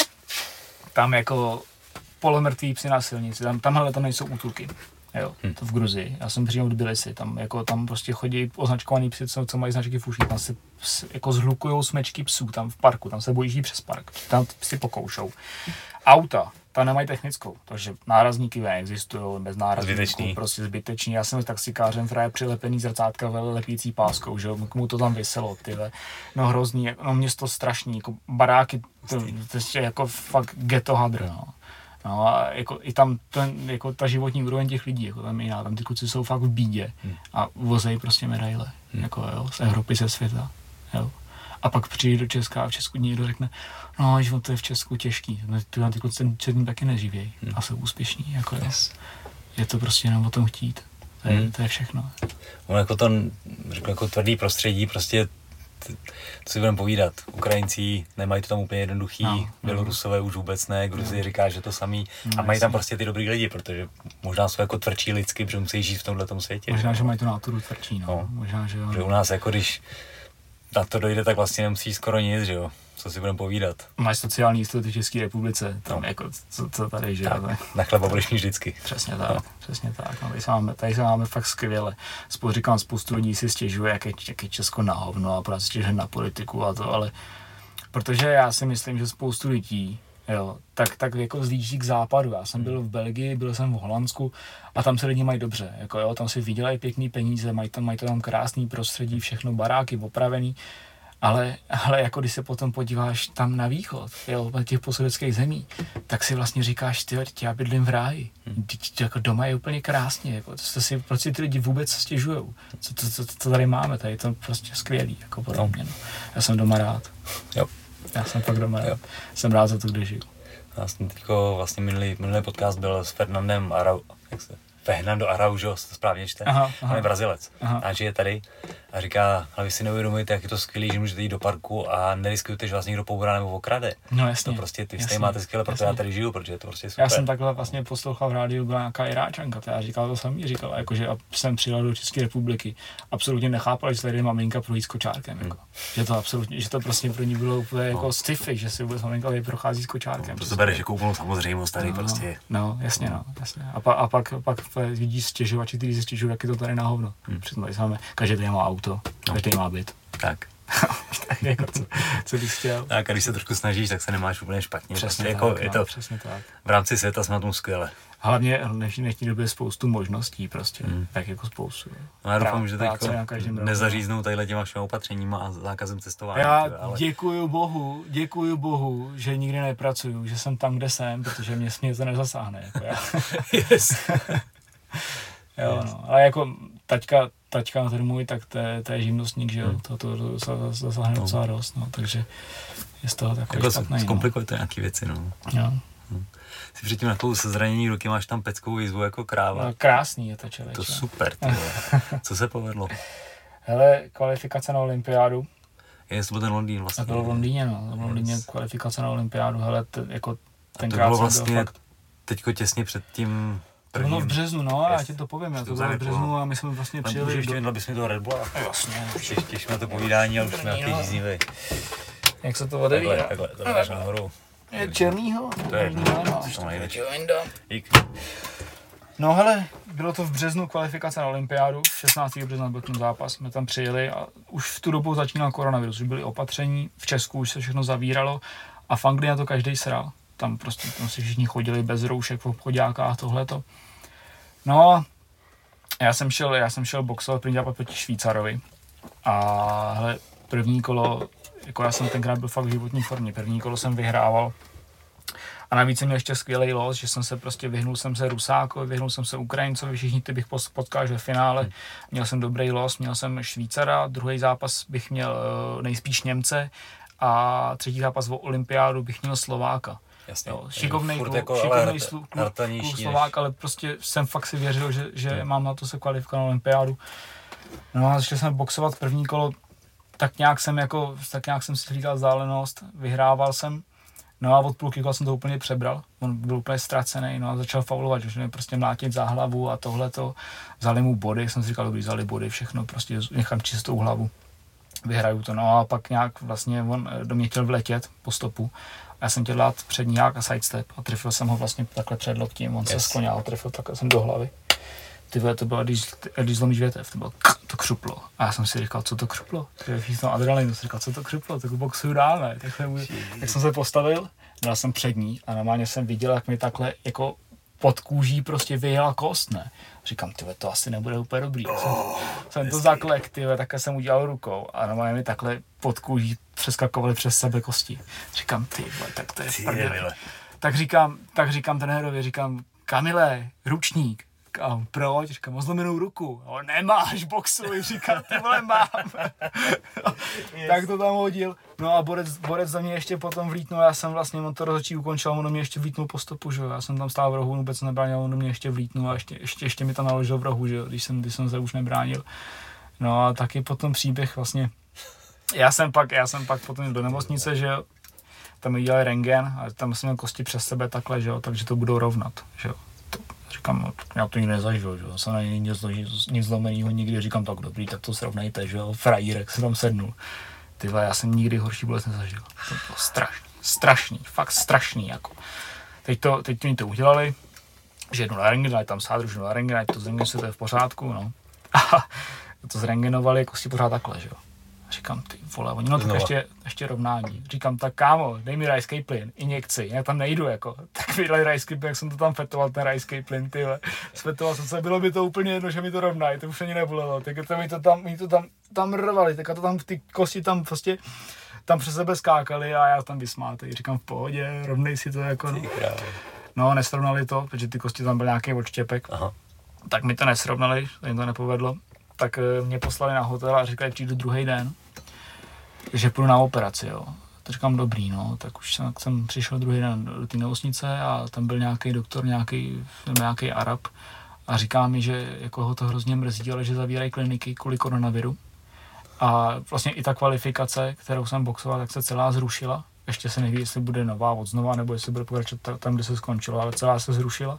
tam jako polomrtví psi na silnici, tam, tamhle tam nejsou útulky. Jo, hmm. to v Gruzii. Já jsem přímo v Tbilisi, tam jako tam prostě chodí označkovaný psy, co, co mají značky fuší, tam se ps, jako zhlukujou smečky psů tam v parku, tam se bojí přes park, tam psi pokoušou. Auta, tam nemají technickou, takže nárazníky neexistují, bez nárazníků, prostě zbytečný. Já jsem s taxikářem, fraje přilepený zrcátka vele lepící páskou, že jo, komu to tam vyselo, tyhle. No hrozný, no město strašný, jako baráky, to, to je jako fakt ghetto hadr, no. No a jako i tam ten, jako ta životní úroveň těch lidí, jako tam jiná, tam ty kluci jsou fakt v bídě a vozejí prostě medaile, hmm. jako jo, z Evropy, ze světa, jo. A pak přijde do Česka a v Česku někdo řekne, no, že to je v Česku těžký, no, ty, ty kluci tím taky neživějí hmm. a jsou úspěšní, jako jo. Yes. Je to prostě jenom o tom chtít, to je, hmm. to je všechno. No jako to, řeknu, jako tvrdý prostředí, prostě co si budeme povídat, Ukrajinci nemají to tam úplně jednoduchý, no, Bělorusové no. už vůbec ne, Gruzie no. říká, že to samý no, a mají tam prostě ty dobrý lidi, protože možná jsou jako tvrdší lidsky, protože musí žít v tomhletom světě. Možná, že mají tu náturu tvrdší, no. no. Možná, že jo. Že u nás jako když na to dojde, tak vlastně nemusí skoro nic, že jo. Co si budeme povídat. Máš sociální jistoty v České republice, tam no. jako, co, co tady, že tak, na chleba budeš mít vždycky. Přesně tak, no. přesně tak. No, tady, se máme, tady se máme fakt skvěle. Spolu říkám, spoustu lidí si stěžuje, jak je, jak je Česko na hovno a právě stěžuje na politiku a to, ale protože já si myslím, že spoustu lidí, jo, tak, tak jako zlíží k západu. Já jsem byl v Belgii, byl jsem v Holandsku a tam se lidi mají dobře, jako jo, tam si vydělají pěkný peníze, mají tam, mají to tam krásný prostředí, všechno baráky opravený. Ale, ale jako když se potom podíváš tam na východ, jo, na těch postsovětských zemí, tak si vlastně říkáš, ty, já bydlím v ráji, hmm. jako doma je úplně krásně, jako, to si, proč si ty lidi vůbec stěžujou, co, co, co, co tady máme, tady je to prostě skvělý, jako pro mě, no. Já jsem doma rád, jo. já jsem fakt doma rád, jo. Jsem rád za to, kde žiju. Já jsem teďko, vlastně minulý, minulý podcast byl s Fernandem Arau, jak se, Fernando Araujo, se to správně čte, aha, aha. on je Brazilec Aha. a žije tady a říká, ale vy si neuvědomujete, jak je to skvělý, že můžete jít do parku a neriskujete, že vás někdo poburá nebo okrade. No jasně. To prostě ty jasně, stejně máte skvěle, protože jasně. já tady žiju, protože je to prostě super. Já jsem takhle vlastně poslouchal v rádiu, byla nějaká Iráčanka, která říkala to samý, říkala, jakože jsem přijel do České republiky, absolutně nechápala, že tady maminka projít s kočárkem, jako. Hmm. Že to absolutně, že to prostě pro ní bylo úplně jako no. sci-fi, že si vůbec maminka tady prochází s kočárkem. No, to bereš jako úplnou samozřejmost tady no, prostě. No, jasně, no, jasně. A, pa, a pak, pak vidíš stěžovači, kteří se stěžují, jak je to tady na hovno. Hmm. Přitom tady máme, každý tady má auto, každý no. má byt. Tak. Tak jako co, co bys chtěl. Tak a když se trošku snažíš, tak se nemáš úplně špatně. Přesně prostě, tak, jako, je no, to přesně tak. V rámci světa jsme na tom skvěle. Hlavně v dnešní, dnešní době je spoustu možností prostě, hmm. tak jako spoustu. No já doufám, že teď nezaříznou tadyhle těma všema opatřeníma a zákazem cestování. Já ale... děkuju bohu, děkuju bohu, že nikdy nepracuju, že jsem tam, kde jsem, protože mě, mě to nezasáhne. Jako já. Yes. Jo, yes. No, ale jako taťka, taťka ten můj, tak to je, to je živnostník, že jo, hmm. to, to, to, to zasáhne docela dost, no, takže je z toho takový jako špatný. Zkomplikuje no. to nějaký věci, no. Jo. Hmm. Si předtím na tou se zranění ruky máš tam peckovou jizvu jako kráva. No, krásný je to člověče. To super, co se povedlo? Hele, kvalifikace na olympiádu. Je to byl ten Londýn vlastně. A to bylo v Londýně, no, v Londýně yes. kvalifikace na olympiádu, hele, t, jako tenkrát to bylo vlastně fakt... teďko těsně před tím prvním. To bylo v březnu, no, já ti to povím, já to bylo v březnu a my jsme vlastně přijeli... Můžeš ještě věděl bys mi toho Red Bulla? Jasně. Těším na to povídání, ale už jsme nějaký žíznivý. Jak se to odevírá? Takhle, takhle, to dáš nahoru. Je černýho? To je, to nejde. No hele, bylo to v březnu kvalifikace na olympiádu, šestnáctého března byl ten zápas, jsme tam přijeli a už v tu dobu začínal koronavirus, už byly opatření, v Česku už se všechno zavíralo a v Anglii na to každej sral. Tam prostě tam si všichni chodili bez roušek v obchodákách, tohleto. No, já jsem šel, já jsem šel boxovat první zápas proti Švýcarovi a hele, první kolo, jako já jsem tenkrát byl fakt v životní formě, první kolo jsem vyhrával. A navíc jsem měl ještě skvělý los, že jsem se prostě vyhnul jsem se Rusákovi, vyhnul jsem se Ukrajincovi, všichni ty bych potkal ve finále. Hmm. Měl jsem dobrý los, měl jsem Švýcara, druhý zápas bych měl nejspíš Němce a třetí zápas o olympiádu bych měl Slováka. Jasně. Jo, šikovnej kluk, jako, šikovnej kluk, kluk Slovák, ale prostě jsem fakt si věřil, že, že hmm. mám na to se kvalifikovat na olympiádu. No a začali jsme boxovat první kolo, tak nějak jsem jako, tak nějak jsem si hlídal vzdálenost, vyhrával jsem. No a od půlky kola jsem to úplně přebral, on byl úplně ztracený, no a začal faulovat, že mě prostě mlátit za hlavu a tohleto, vzali mu body, jsem si říkal, dobrý, vzali body, všechno, prostě nechám čistou hlavu, vyhraju to, no a pak nějak vlastně on do mě chtěl vletět po stopu a já jsem chtěl dát přední jak a sidestep a trefil jsem ho vlastně takhle před loktím, on yes. se skloněl, trefil takhle jsem do hlavy. Ty vole, to bylo, když, když zlomíš větev, to bylo, to křuplo. A já jsem si říkal, co to křuplo? Když jsem adrenalin, jsem si říkal, co to křuplo? Tak boxuju dál, ne? Tak, jsem, tak jsem se postavil, dal jsem před ní a normálně jsem viděl, jak mi takhle jako pod kůží prostě vyjela kost, ne? Říkám, tyhle, to asi nebude úplně dobrý. Oh, jsem, jsem to zaklek, tyhle, takhle jsem udělal rukou a normálně mi takhle pod kůží přeskakovaly přes sebe kosti. Říkám, ty vole, tak to je prdele. Tak říkám, tak říkám trenérovi, říkám, Kamile, ručník. A proč? Říkám, o zlomenou ruku. O, nemáš, boxuj, říkám, ty vole, mám. Yes. Tak to tam hodil. No a borec, borec za mě ještě potom vlítnul, já jsem vlastně, on to rozhodčí ukončil, on do mě ještě vlítnul po stopu, že jo. Já jsem tam stál v rohu, vůbec nebránil, on do mě ještě vlítnul a ještě, ještě, ještě mi tam naložil v rohu, že jo, když jsem, když jsem se už nebránil. No a taky potom příběh vlastně, já jsem pak, já jsem pak potom do nemocnice, že jo. Tam mi dělali rentgen a tam jsem měl kosti přes sebe takhle, že jo, takže to budou rovnat, že jo. Říkám, no, já to nikdy nezažil, že jo, jsem není nic, nic zlomenýho nikdy, říkám, tak dobrý, tak to srovnejte, že jo, frajírek se tam sednul. Tyhle, já jsem nikdy horší bolest nezažil, to bylo strašný, strašný, fakt strašný, jako. Teď to, teď to, to udělali, že jednu na rentgen, dali tam sádru, že na rentgen, ať to zrentgen se to je v pořádku, no. A to zrentgenovali, kosti pořád takhle, že jo. Říkám, ty vole, oni no tak ještě, ještě rovnání. Říkám, tak kámo, dej mi rajský plyn, injekci, já tam nejdu, jako. Tak mi dali rajský plyn, jak jsem to tam fetoval, ten rajský plyn, tyhle. Sfetoval jsem se, bylo by to úplně jedno, že mi to rovnají, to už ani nebolelo. Tak to mi to tam, mi to tam, tam rvali, tak to tam, ty kosti tam prostě, tam přes sebe skákali a já tam vysmátej. Říkám, v pohodě, rovnej si to, jako, no. No, nesrovnali to, protože ty kosti tam byl nějaký odštěpek. Aha. Tak mi to nesrovnali, jim to nepovedlo. Tak mě poslali na hotel a říkali, přijdu druhý den, že půjdu na operaci, jo. Tak říkám, dobrý, no, tak už jsem, jsem přišel druhý den do té nemocnice a tam byl nějaký doktor, nějaký, nějaký Arab a říká mi, že jako ho to hrozně mrzí, ale že zavírají kliniky kvůli koronaviru. A vlastně i ta kvalifikace, kterou jsem boxoval, tak se celá zrušila. Ještě se neví, jestli bude nová od znova, nebo jestli bude pokračovat tam, kde se skončilo, ale celá se zrušila.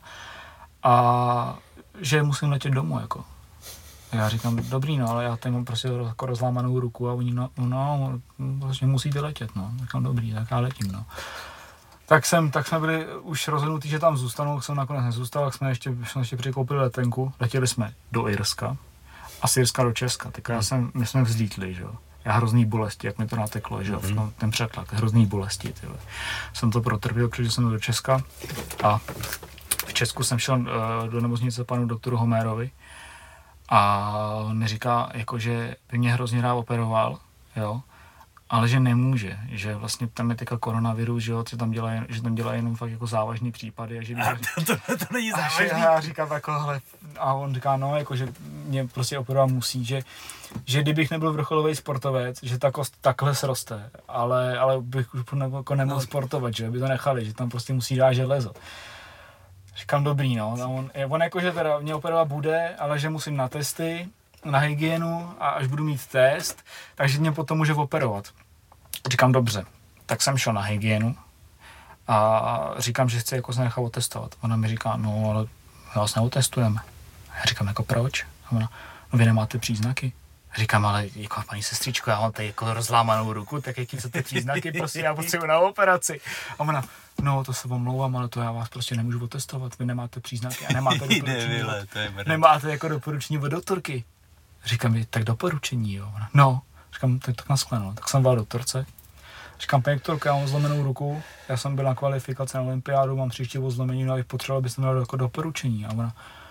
A že musím letět domů, jako. A já říkám, dobrý, no, ale já tady mám prostě jako rozlámanou ruku a oni, no, no, vlastně musíte letět, no. Říkám, dobrý, tak já letím, no. Tak, jsem, tak jsme byli už rozhodnutí, že tam zůstanou, jsem nakonec nezůstal, tak jsme ještě, jsme ještě přikoupili letenku, letěli jsme do Irska a z Irska do Česka, tak já jsem, my jsme vzlítli, že jo. Já hrozný bolesti, jak mi to nateklo, že jo, mm-hmm. ten přetlak, hrozný bolesti, tyhle. Jsem to protrpěl, protože jsem do Česka a v Česku jsem šel uh, do nemocnice panu doktoru Homérovi a on mi říká, jako, že by mě hrozně rád operoval, jo, ale že nemůže, že vlastně tam je teďka koronavirus, že jo, že tam dělají, že tam dělají jenom fakt jako závažný případy a že by... A to, to, to není závažný. A já říkám jako, hele, a on říká, no, jako, že mě prostě operovat musí, že, že kdybych nebyl vrcholový sportovec, že ta kost takhle sroste, ale, ale bych už jako nemohl no. sportovat, že by to nechali, že tam prostě musí dát železo. Říkám, dobrý, no, a on, on jako, že teda mě operovat bude, ale že musím na testy, na hygienu a až budu mít test, takže mě potom může operovat. Říkám, dobře, tak jsem šel na hygienu a říkám, že chci jako se nechat otestovat. Ona mi říká, no ale my vás neotestujeme. Já říkám, jako proč? A ona, no vy nemáte příznaky. Říkám, ale jako paní sestřičko, já mám tady jako rozlámanou ruku, tak jaký jsou ty příznaky, prostě já potřebuji na operaci. A ona, no to se omlouvám, ale to já vás prostě nemůžu otestovat, vy nemáte příznaky a nemáte doporučení. od, nemáte jako doporučení od doktorky. Říkám, tak doporučení, jo. No, říkám, tak, tak naschledanou. Tak jsem byl doktorce. Říkám, paní doktorka, já mám zlomenou ruku, já jsem byl na kvalifikaci na olympiádu, mám příště o zlomení, no a bych potřeboval, abyste měl jako doporučení. A ona,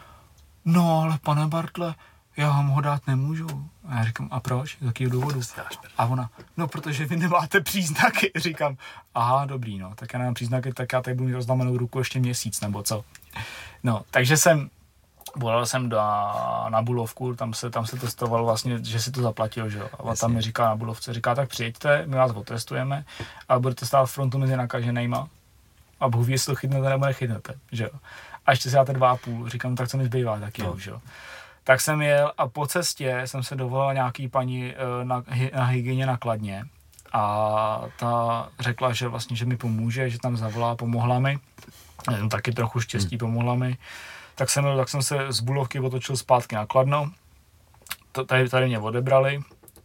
no ale pane Bartle, já vám ho dát nemůžu. A já říkám, a proč? Z jakého důvodu? A ona, no protože vy nemáte příznaky. Říkám, aha, dobrý, no, tak já nemám příznaky, tak já tady budu mít rozlomenou ruku ještě měsíc, nebo co. No, takže jsem volal jsem do, na Bulovku, tam se, tam se testoval vlastně, že si to zaplatil, že jo. A Jasně. tam mi říká na Bulovce, říká, tak přijďte, my vás otestujeme a budete stát v frontu mezi nakaženejma a Bůh ví, jestli to chytnete nebo nechytnete, že jo. A ještě si dáte dva a půl, říkám, tak co mi zbývá, tak jo, no. že jo. Tak jsem jel a po cestě jsem se dovolal nějaký paní na, na hygieně na Kladně a ta řekla, že vlastně, že mi pomůže, že tam zavolá, pomohla mi, taky trochu štěstí, hmm. pomohla mi. Tak jsem, tak jsem se z Bulovky otočil zpátky na Kladno, to, tady, tady mě odebrali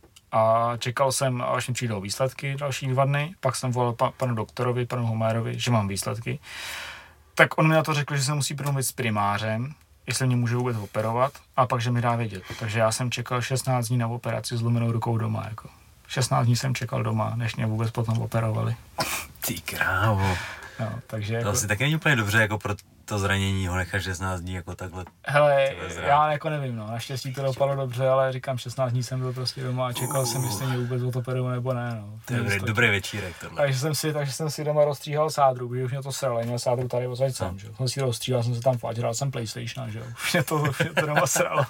a čekal jsem, až mi přijdou výsledky další dva dny, pak jsem volal pa, panu doktorovi, panu Homérovi, že mám výsledky. Tak on mi na to řekl, že se musí promluvit s primářem, jestli mě může vůbec operovat a pak, že mi dá vědět. Takže já jsem čekal šestnáct dní na operaci s zlomenou rukou doma. Jako. šestnáct dní jsem čekal doma, než mě vůbec potom operovali. Ty krávo. No, takže to jako... asi taky není úplně dobře, jako pro to zranění ho nechat šestnáct dní jako takhle. Hele, já jako nevím, no, naštěstí to dopadlo dobře, ale říkám, šestnáct dní jsem byl prostě doma a čekal uh, jsem, jestli mě vůbec operuju nebo ne, no. To je dobrý, dobrý večírek tohle. Takže jsem si, takže jsem si doma rozstříhal sádru, protože už mě to sralo, měl sádru tady odsaď jsem, že jo. Jsem si rozstříhal, jsem se tam fakt, hrál jsem PlayStation, že jo. Už mě to, už mě to doma sralo.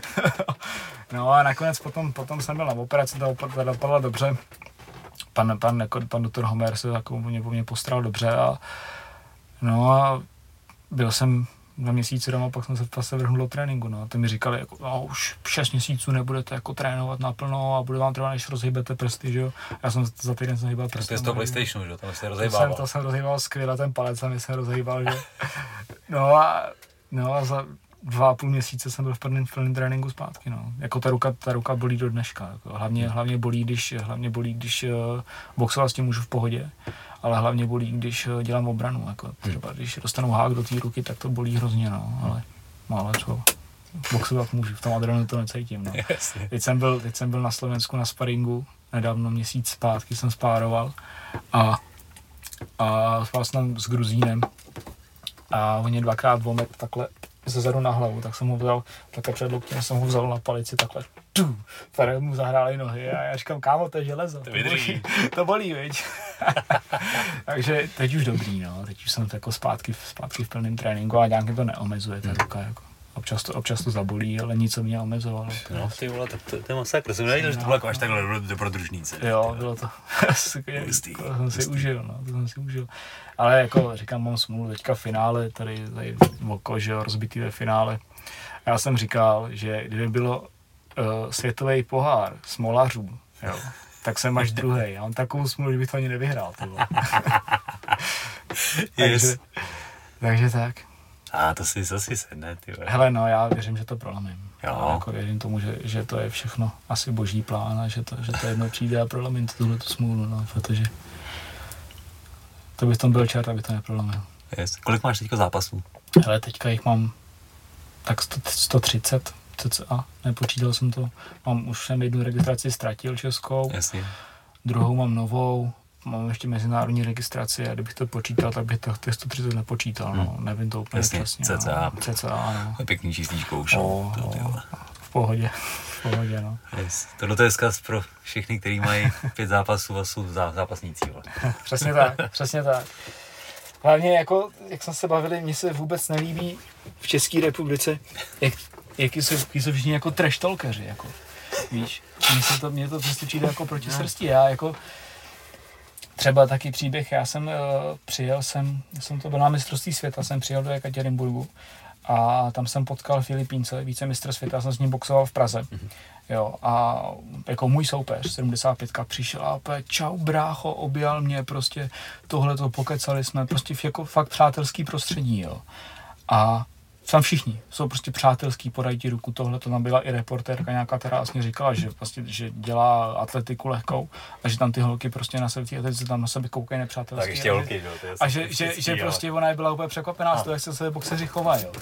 No a nakonec potom, potom jsem byl na operaci, ta operace dopadla dobře. Pan, pan, jako, pan doktor Homer se jako mě, po mě postaral dobře a no a byl jsem dva měsíce doma, pak jsem se zase vrhnul do tréninku, no. Ty mi říkali, jako, no, už šest měsíců nebudete jako trénovat naplno a bude vám trvat, než rozhýbete prsty, že jo. Já jsem za týden jsem hýbal prsty. To je z toho PlayStationu, že jo, tam se rozhýbával. To jsem, to jsem rozhýbal skvěle, ten palec jsem se rozhýbal, že no a, no a za dva a půl měsíce jsem byl v plném, v plném tréninku zpátky, no. Jako ta ruka, ta ruka bolí do dneška, jako. hlavně, hlavně bolí, když, hlavně bolí, když uh, boxovat s tím můžu v pohodě. Ale hlavně bolí, když dělám obranu, jako třeba když dostanu hák do té ruky, tak to bolí hrozně, no, ale málo co, boxovat můžu, v tom adrenalinu to necítím, no. Teď jsem byl, teď jsem byl na Slovensku na sparingu, nedávno měsíc zpátky jsem spároval a, a spál jsem s Gruzínem a on mě dvakrát vomet takhle zezadu na hlavu, tak jsem ho vzal, takhle před loktěm jsem ho vzal na palici takhle, tu, tady mu zahrály nohy a já říkám, kámo, to je železo, to, to bolí, to bolí, viď. Takže teď už dobrý, no, teď už jsem jako zpátky, zpátky v plném tréninku a nějakým to neomezuje ta ruka, jako. Občas to, občas to zabolí, ale nic, co mě omezovalo. No ty vole, tak to, to je masakr. Jsem nevěděl, že to bylo jako až takhle dobrodružníci. Jo, bylo to. to jsem si užil, no, to jsem si užil. Ale jako říkám, mám smůlu, teďka finále, tady, tady oko, že jo, rozbitý ve finále. Já jsem říkal, že kdyby bylo uh, světový pohár smolařů, jo, tak jsem až druhý. Já mám takovou smůlu, že bych to ani nevyhrál. takže, takže tak. A to si zase sedne, ty vole. Hele, no, já věřím, že to prolomím. Jo. Já jako věřím tomu, že, že to je všechno asi boží plán a že to, že to jedno přijde a prolomím tuhle tu smůlu, no, protože to bych tam byl čert, aby to neprolomil. Yes. Kolik máš teďko zápasů? Hele, teďka jich mám tak sto třicet cca, nepočítal jsem to. Mám, už jsem jednu registraci ztratil českou, Jasně. druhou mám novou, mám ještě mezinárodní registraci a kdybych to počítal, tak bych to těch sto třicet nepočítal, no, nevím to úplně Jasně, přesně. cca. No, cca, no. To je pěkný čistíčko už. O, to, ty vole. v pohodě, v pohodě, no. Yes. Tohle je vzkaz pro všechny, kteří mají pět zápasů a jsou zá, zápasníci. Vole. Přesně tak, přesně tak. Hlavně, jako, jak jsme se bavili, mně se vůbec nelíbí v České republice, jak, jaký jsou, jaký jsou všichni jako trash talkeři, jako, víš. Mně se to, mně to prostě přijde jako proti srsti. Já jako, třeba taky příběh, já jsem uh, přijel, jsem, jsem to byl na mistrovství světa, jsem přijel do Ekaterinburgu a tam jsem potkal Filipínce, vicemistr světa, jsem s ním boxoval v Praze. Mm-hmm. Jo, a jako můj soupeř, sedmdesát pět přišel a opět, čau brácho, objal mě, prostě tohleto, pokecali jsme, prostě jako fakt přátelský prostředí, jo. A tam všichni jsou prostě přátelský, podají ti ruku, tohleto, tam byla i reportérka nějaká, která vlastně říkala, že prostě, že dělá atletiku lehkou a že tam ty holky prostě na sebe, ty atletice tam na sebe koukají nepřátelsky. Tak ještě holky, jo. A že, že, že prostě ona byla úplně překvapená z toho, jak se sebe boxeři chovají, jo.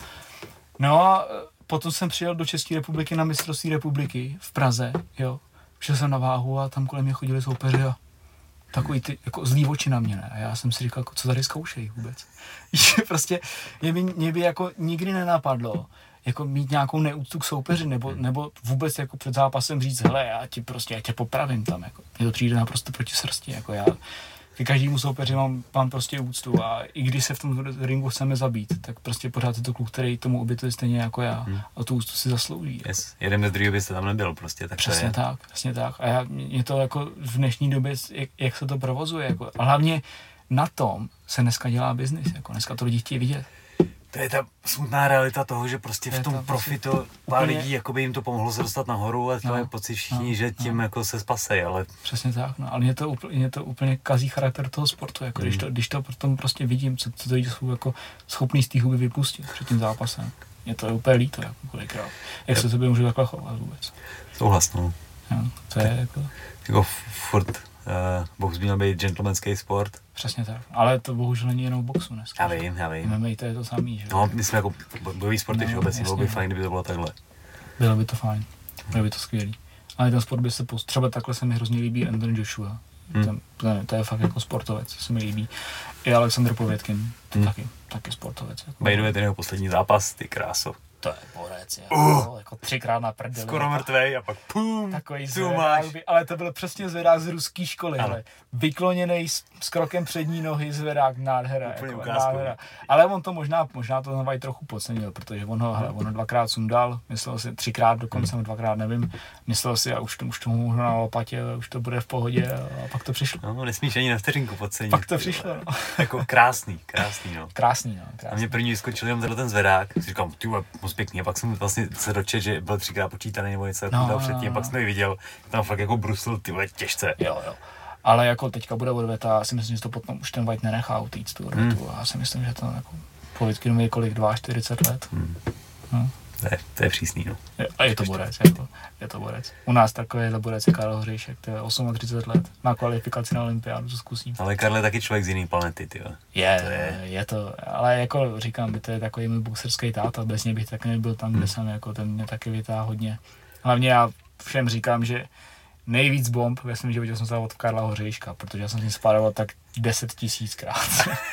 No a potom jsem přijel do České republiky na mistrovství republiky v Praze, jo. Šel jsem na váhu a tam kolem mě chodili soupeři a takový ty jako zlý oči na mě, ne? A já jsem si říkal, co tady zkoušejí vůbec. Že prostě mě by, mě by jako nikdy nenapadlo jako mít nějakou neúctu k soupeři, nebo, nebo vůbec jako před zápasem říct, hele, já ti prostě, já tě popravím tam, jako. Mně to přijde naprosto proti srsti, jako já k každému soupeři mám, mám prostě úctu a i když se v tom ringu chceme zabít, tak prostě pořád je to kluk, který tomu obětuje stejně jako já hmm. a tu úctu si zaslouží. Yes. Jeden bez druhého byste tam nebyl prostě, tak přesně tak, přesně tak. A já, je to jako v dnešní době, jak, jak se to provozuje, jako, a hlavně na tom se dneska dělá biznis, jako dneska to lidi chtějí vidět. To je ta smutná realita toho, že prostě v tom profitu pár úplně... lidí jako by jim to pomohlo se dostat nahoru a to no, je pocit všichni, no, že tím no. jako se spasej, ale... Přesně tak, no, ale mě to, úplně, mě to úplně kazí charakter toho sportu, jako mm. když, to, když to potom prostě vidím, co, co to lidi jsou jako schopný z té huby vypustit před tím zápasem. Mě to je úplně líto, jako kolikrát. Jak se tobě můžu takhle chovat vůbec. Souhlas, no. Jo, to je jako... Jako furt uh, box by měl být gentlemanský sport. Přesně tak, ale to bohužel není jenom v boxu dneska. Já vím, já vím. M M A to je to samý, že? No, my jsme jako bojový sport, no, obecně bylo by fajn, kdyby to bylo takhle. Bylo by to fajn, bylo by to skvělý. Ale ten sport by se post... Třeba takhle se mi hrozně líbí Anthony Joshua. Hmm. Ten, ten, to je fakt jako sportovec, se mi líbí. I Alexander Povětkin, to hmm. taky, taky sportovec. Jako. Bejdu ten jeho poslední zápas, ty kráso. To je borec, jako, uh, jako třikrát na prdeli. Skoro mrtvej a pak pum, takový zvedák, ale to byl přesně zvedák z ruské školy, ale vykloněnej s, s krokem přední nohy zvedák, nádhera, jako, nádhera. Ale on to možná, možná to znova i trochu podcenil, protože on ho, hele, on ho dvakrát sundal, myslel si, třikrát dokonce, hmm. dvakrát nevím, myslel si a už to, už to můžu na lopatě, už to bude v pohodě a pak to přišlo. No, nesmíš ani na vteřinku podcenit. Pak to přišlo, no. Jako krásný, krásný, no. Krásný, no. Krásný. A mě první vyskočil jenom tenhle ten zvedák, si říkám, ty moc pěkný, a pak jsem vlastně se dočet, že byl třikrát počítaný nebo něco no, no, předtím, no, no. Pak jsem ji viděl, tam fakt jako brusl, ty vole, těžce. Jo, jo. Ale jako teďka bude odveta, já si myslím, že to potom už ten White nenechá utíct tu odvetu. Hmm. Já si myslím, že to jako Povětkin je kolik, čtyřicet dva let. Hmm. No. To, je, to je přísný, no. Je, a je to borec, jako, je to borec. U nás takový je to borec je Karel Hřejšek, to je třicet osm let, na kvalifikaci na olympiádu, to zkusím. Ale Karel je taky člověk z jiný planety, ty jo. Je, to je, je to, ale jako říkám, by to je takový můj boxerský táta, bez něj bych taky nebyl tam, kde hmm. jsem, jako ten mě taky vytáhl hodně. Hlavně já všem říkám, že nejvíc bomb ve svém životě jsem se od Karla Hořejška, protože já jsem s ním spároval tak deset tisíckrát.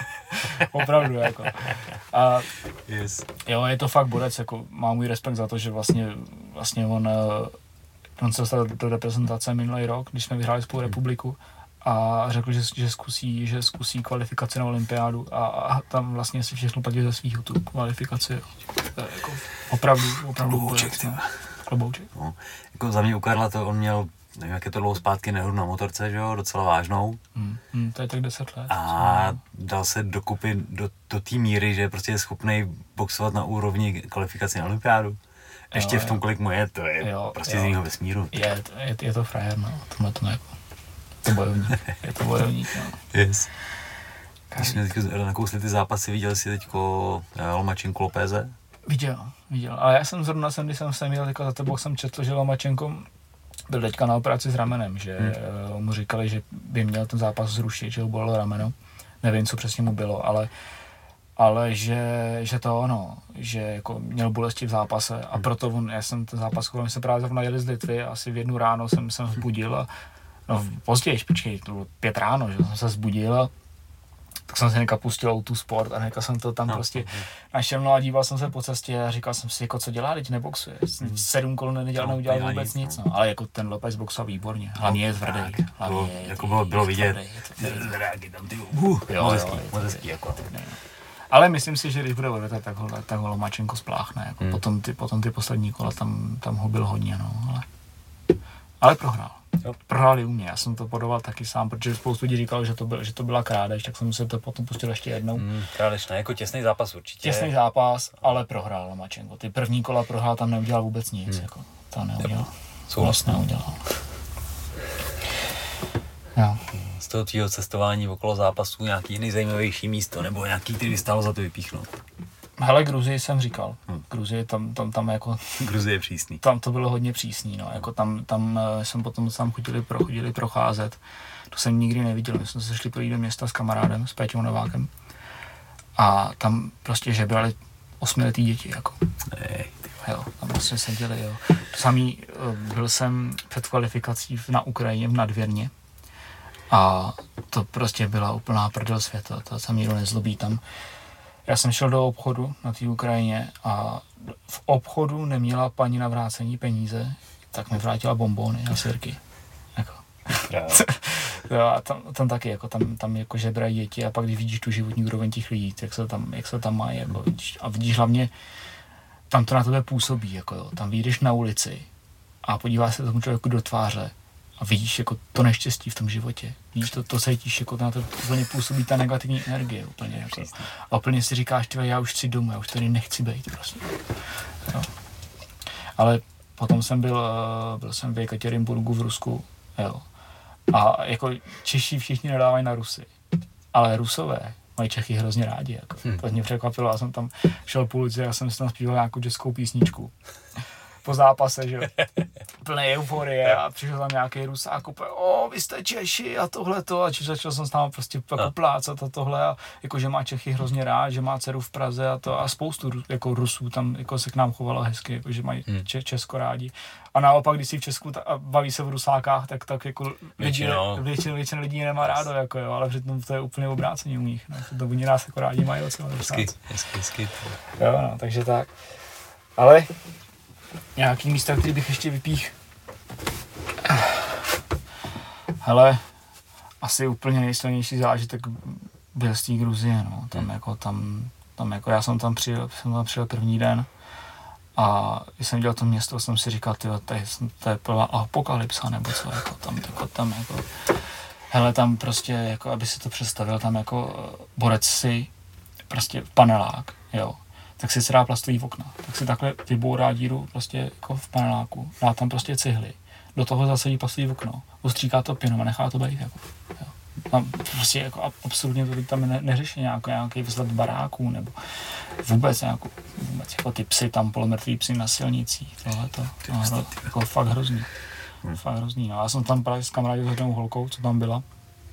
Opravdu, jako. A yes. Jo, je to fakt borec, jako má můj respekt za to, že vlastně, vlastně on, on se dostal do reprezentace minulý rok, když jsme vyhráli spolu republiku a řekl, že, že, zkusí, že zkusí kvalifikaci na olympiádu a, a tam vlastně si všechno platí ze svých tu kvalifikaci. To je jako opravdu, opravdu klobouček. No. Klobouček. No, jako za mě u Karla to on měl, nevím, jak je to dlouho zpátky, nehodu na motorce, že jo, docela vážnou. Hmm, hmm, to je tak deset let. A dal se dokupy do, do té míry, že prostě je schopný boxovat na úrovni kvalifikace na olympiádu. Ještě jo, v tom, kolik mu je, to je jo, prostě jo. z jiného vesmíru. Je, je, je to frajer, no, tohle to jako, to bojovník, je to bojovník, no. Yes. Když jsme teď nakousli ty zápasy, viděl jsi teďko Lomachenko Lopéze? Viděl, viděl, ale já jsem zrovna, jsem, když jsem se měl teďka za tebou, jsem četl, že Lomachenko byl teďka na operaci s ramenem, že hmm. mu říkali, že by měl ten zápas zrušit, že ho bolelo rameno, nevím, co přesně mu bylo, ale ale že, že to ono, že jako měl bolesti v zápase a proto on, já jsem ten zápas, když jsem právě zrovna jeli z Litvy, asi v jednu ráno jsem se vzbudil a no později, počkej, to bylo pět ráno, že jsem se vzbudil a tak jsem se hnedka pustil Auto Sport a hnedka jsem to tam no, prostě okay. našel no a díval jsem se po cestě a říkal jsem si, jako co dělá, teď neboxuje, mm. sedm kol nedělal, no, neudělal vůbec nic, no. no. Ale jako ten Lopez boxoval výborně, hlavně je tvrdý, hlavně je, jako bylo, bylo vidět, ale myslím si, že když bude odvetat, tak ho, tak ho Lomachenko spláchne, jako hmm. potom, ty, potom ty poslední kola, tam, tam ho byl hodně, no, ale, ale prohrál. Jo. Prohrál i u mě, já jsem to podoval taky sám, protože spoustu lidí říkalo, že to, byl, že to byla krádež, tak jsem se to potom pustil ještě jednou. Hmm, krádež ne, jako těsný zápas určitě. Těsný zápas, ale prohrál Lomachenko. Ty první kola prohrál, tam neudělal vůbec nic, hmm. jako, tam neudělal. Vlastně neudělal. Jo. Z toho tvýho cestování okolo zápasů nějaký nejzajímavější místo, nebo nějaký, který stálo za to vypíchnout? Hele, Gruzii jsem říkal. Hmm. Gruzii tam, tam, tam jako... Gruzie je přísný. Tam to bylo hodně přísný, no. Jako tam, tam jsem potom tam chodili, pro, chodili procházet. To jsem nikdy neviděl. My jsme se šli projít do města s kamarádem, s Péťou Novákem. A tam prostě žebrali osmiletý děti, jako. Nej, jo, tam vlastně seděli, jo. To samý, byl jsem před kvalifikací na Ukrajině, v Nadvěrně. A to prostě byla úplná prdel světa, to se míru nezlobí tam. Já jsem šel do obchodu na té Ukrajině a v obchodu neměla paní na vrácení peníze, tak mi vrátila bonbony a sirky. Jako. Jo, a tam, tam taky, jako, tam, tam jako žebrají děti a pak když vidíš tu životní úroveň těch lidí, jak se tam, jak se tam mají, jako, vidíš, a vidíš hlavně, tam to na tebe působí, jako, jo. Tam vyjdeš na ulici a podíváš se tomu člověku do tváře a vidíš jako to neštěstí v tom životě. Vidíš to, to cítíš, jako na to úplně působí ta negativní energie úplně. Jako. A úplně si říkáš, tyhle, já už chci domů, já už tady nechci být prostě. Jo. Ale potom jsem byl, byl jsem v Jekaterinburgu v Rusku, jo. A jako Češi všichni nadávají na Rusy, ale Rusové mají Čechy hrozně rádi, jako. Hmm. To mě překvapilo, já jsem tam šel po ulici, já jsem si tam zpíval nějakou českou písničku. Po zápase, že jo, plné euforie a přišel tam nějaký Rusák, úplně, o, vy jste Češi a tohleto a začal jsem s námi prostě jako plácat a tohle a jako, že má Čechy hrozně rád, že má dceru v Praze a to a spoustu jako Rusů tam jako se k nám chovalo hezky, jako, že mají hmm. če- Česko rádi. A naopak, když jsi v Česku ta, a baví se v Rusákách, tak, tak jako většina, většina, většina lidí nemá rádo, jako jo, ale přitom to je úplně obráceně u nich, no, to oni nás jako rádi mají docela Rusáci. Hezky, hezky. Jo, no, takže tak. Ale nějaký místa, který bych ještě vypích. Hele, asi úplně nejsilnější zážitek byl z té Gruzie, no. Tam jako tam, tam jako já jsem tam přijel, jsem tam přijel první den a když jsem dělal to město, jsem si říkal, tyjo, to je, to je plná apokalypsa, nebo co, jako tam, jako tam jako, hele, tam prostě, jako, aby si to představil, tam jako borec si prostě panelák, jo. Tak si se dá plastový okna, tak si takhle vybourá díru prostě jako v paneláku, dá tam prostě cihly, do toho zasadí plastový okno, ustříká to pěnou a nechá to být, jako, jo. Tam prostě jako absolutně to tam ne, neřeší nějaký, nějaký vzhled baráků, nebo vůbec nějakou, vůbec jako ty psy tam, polomrtvý psy na silnicích, tohleto, no, jako fakt hrozný, hmm. fakt hrozný, no. Já jsem tam právě s kamarádem s jednou holkou, co tam byla,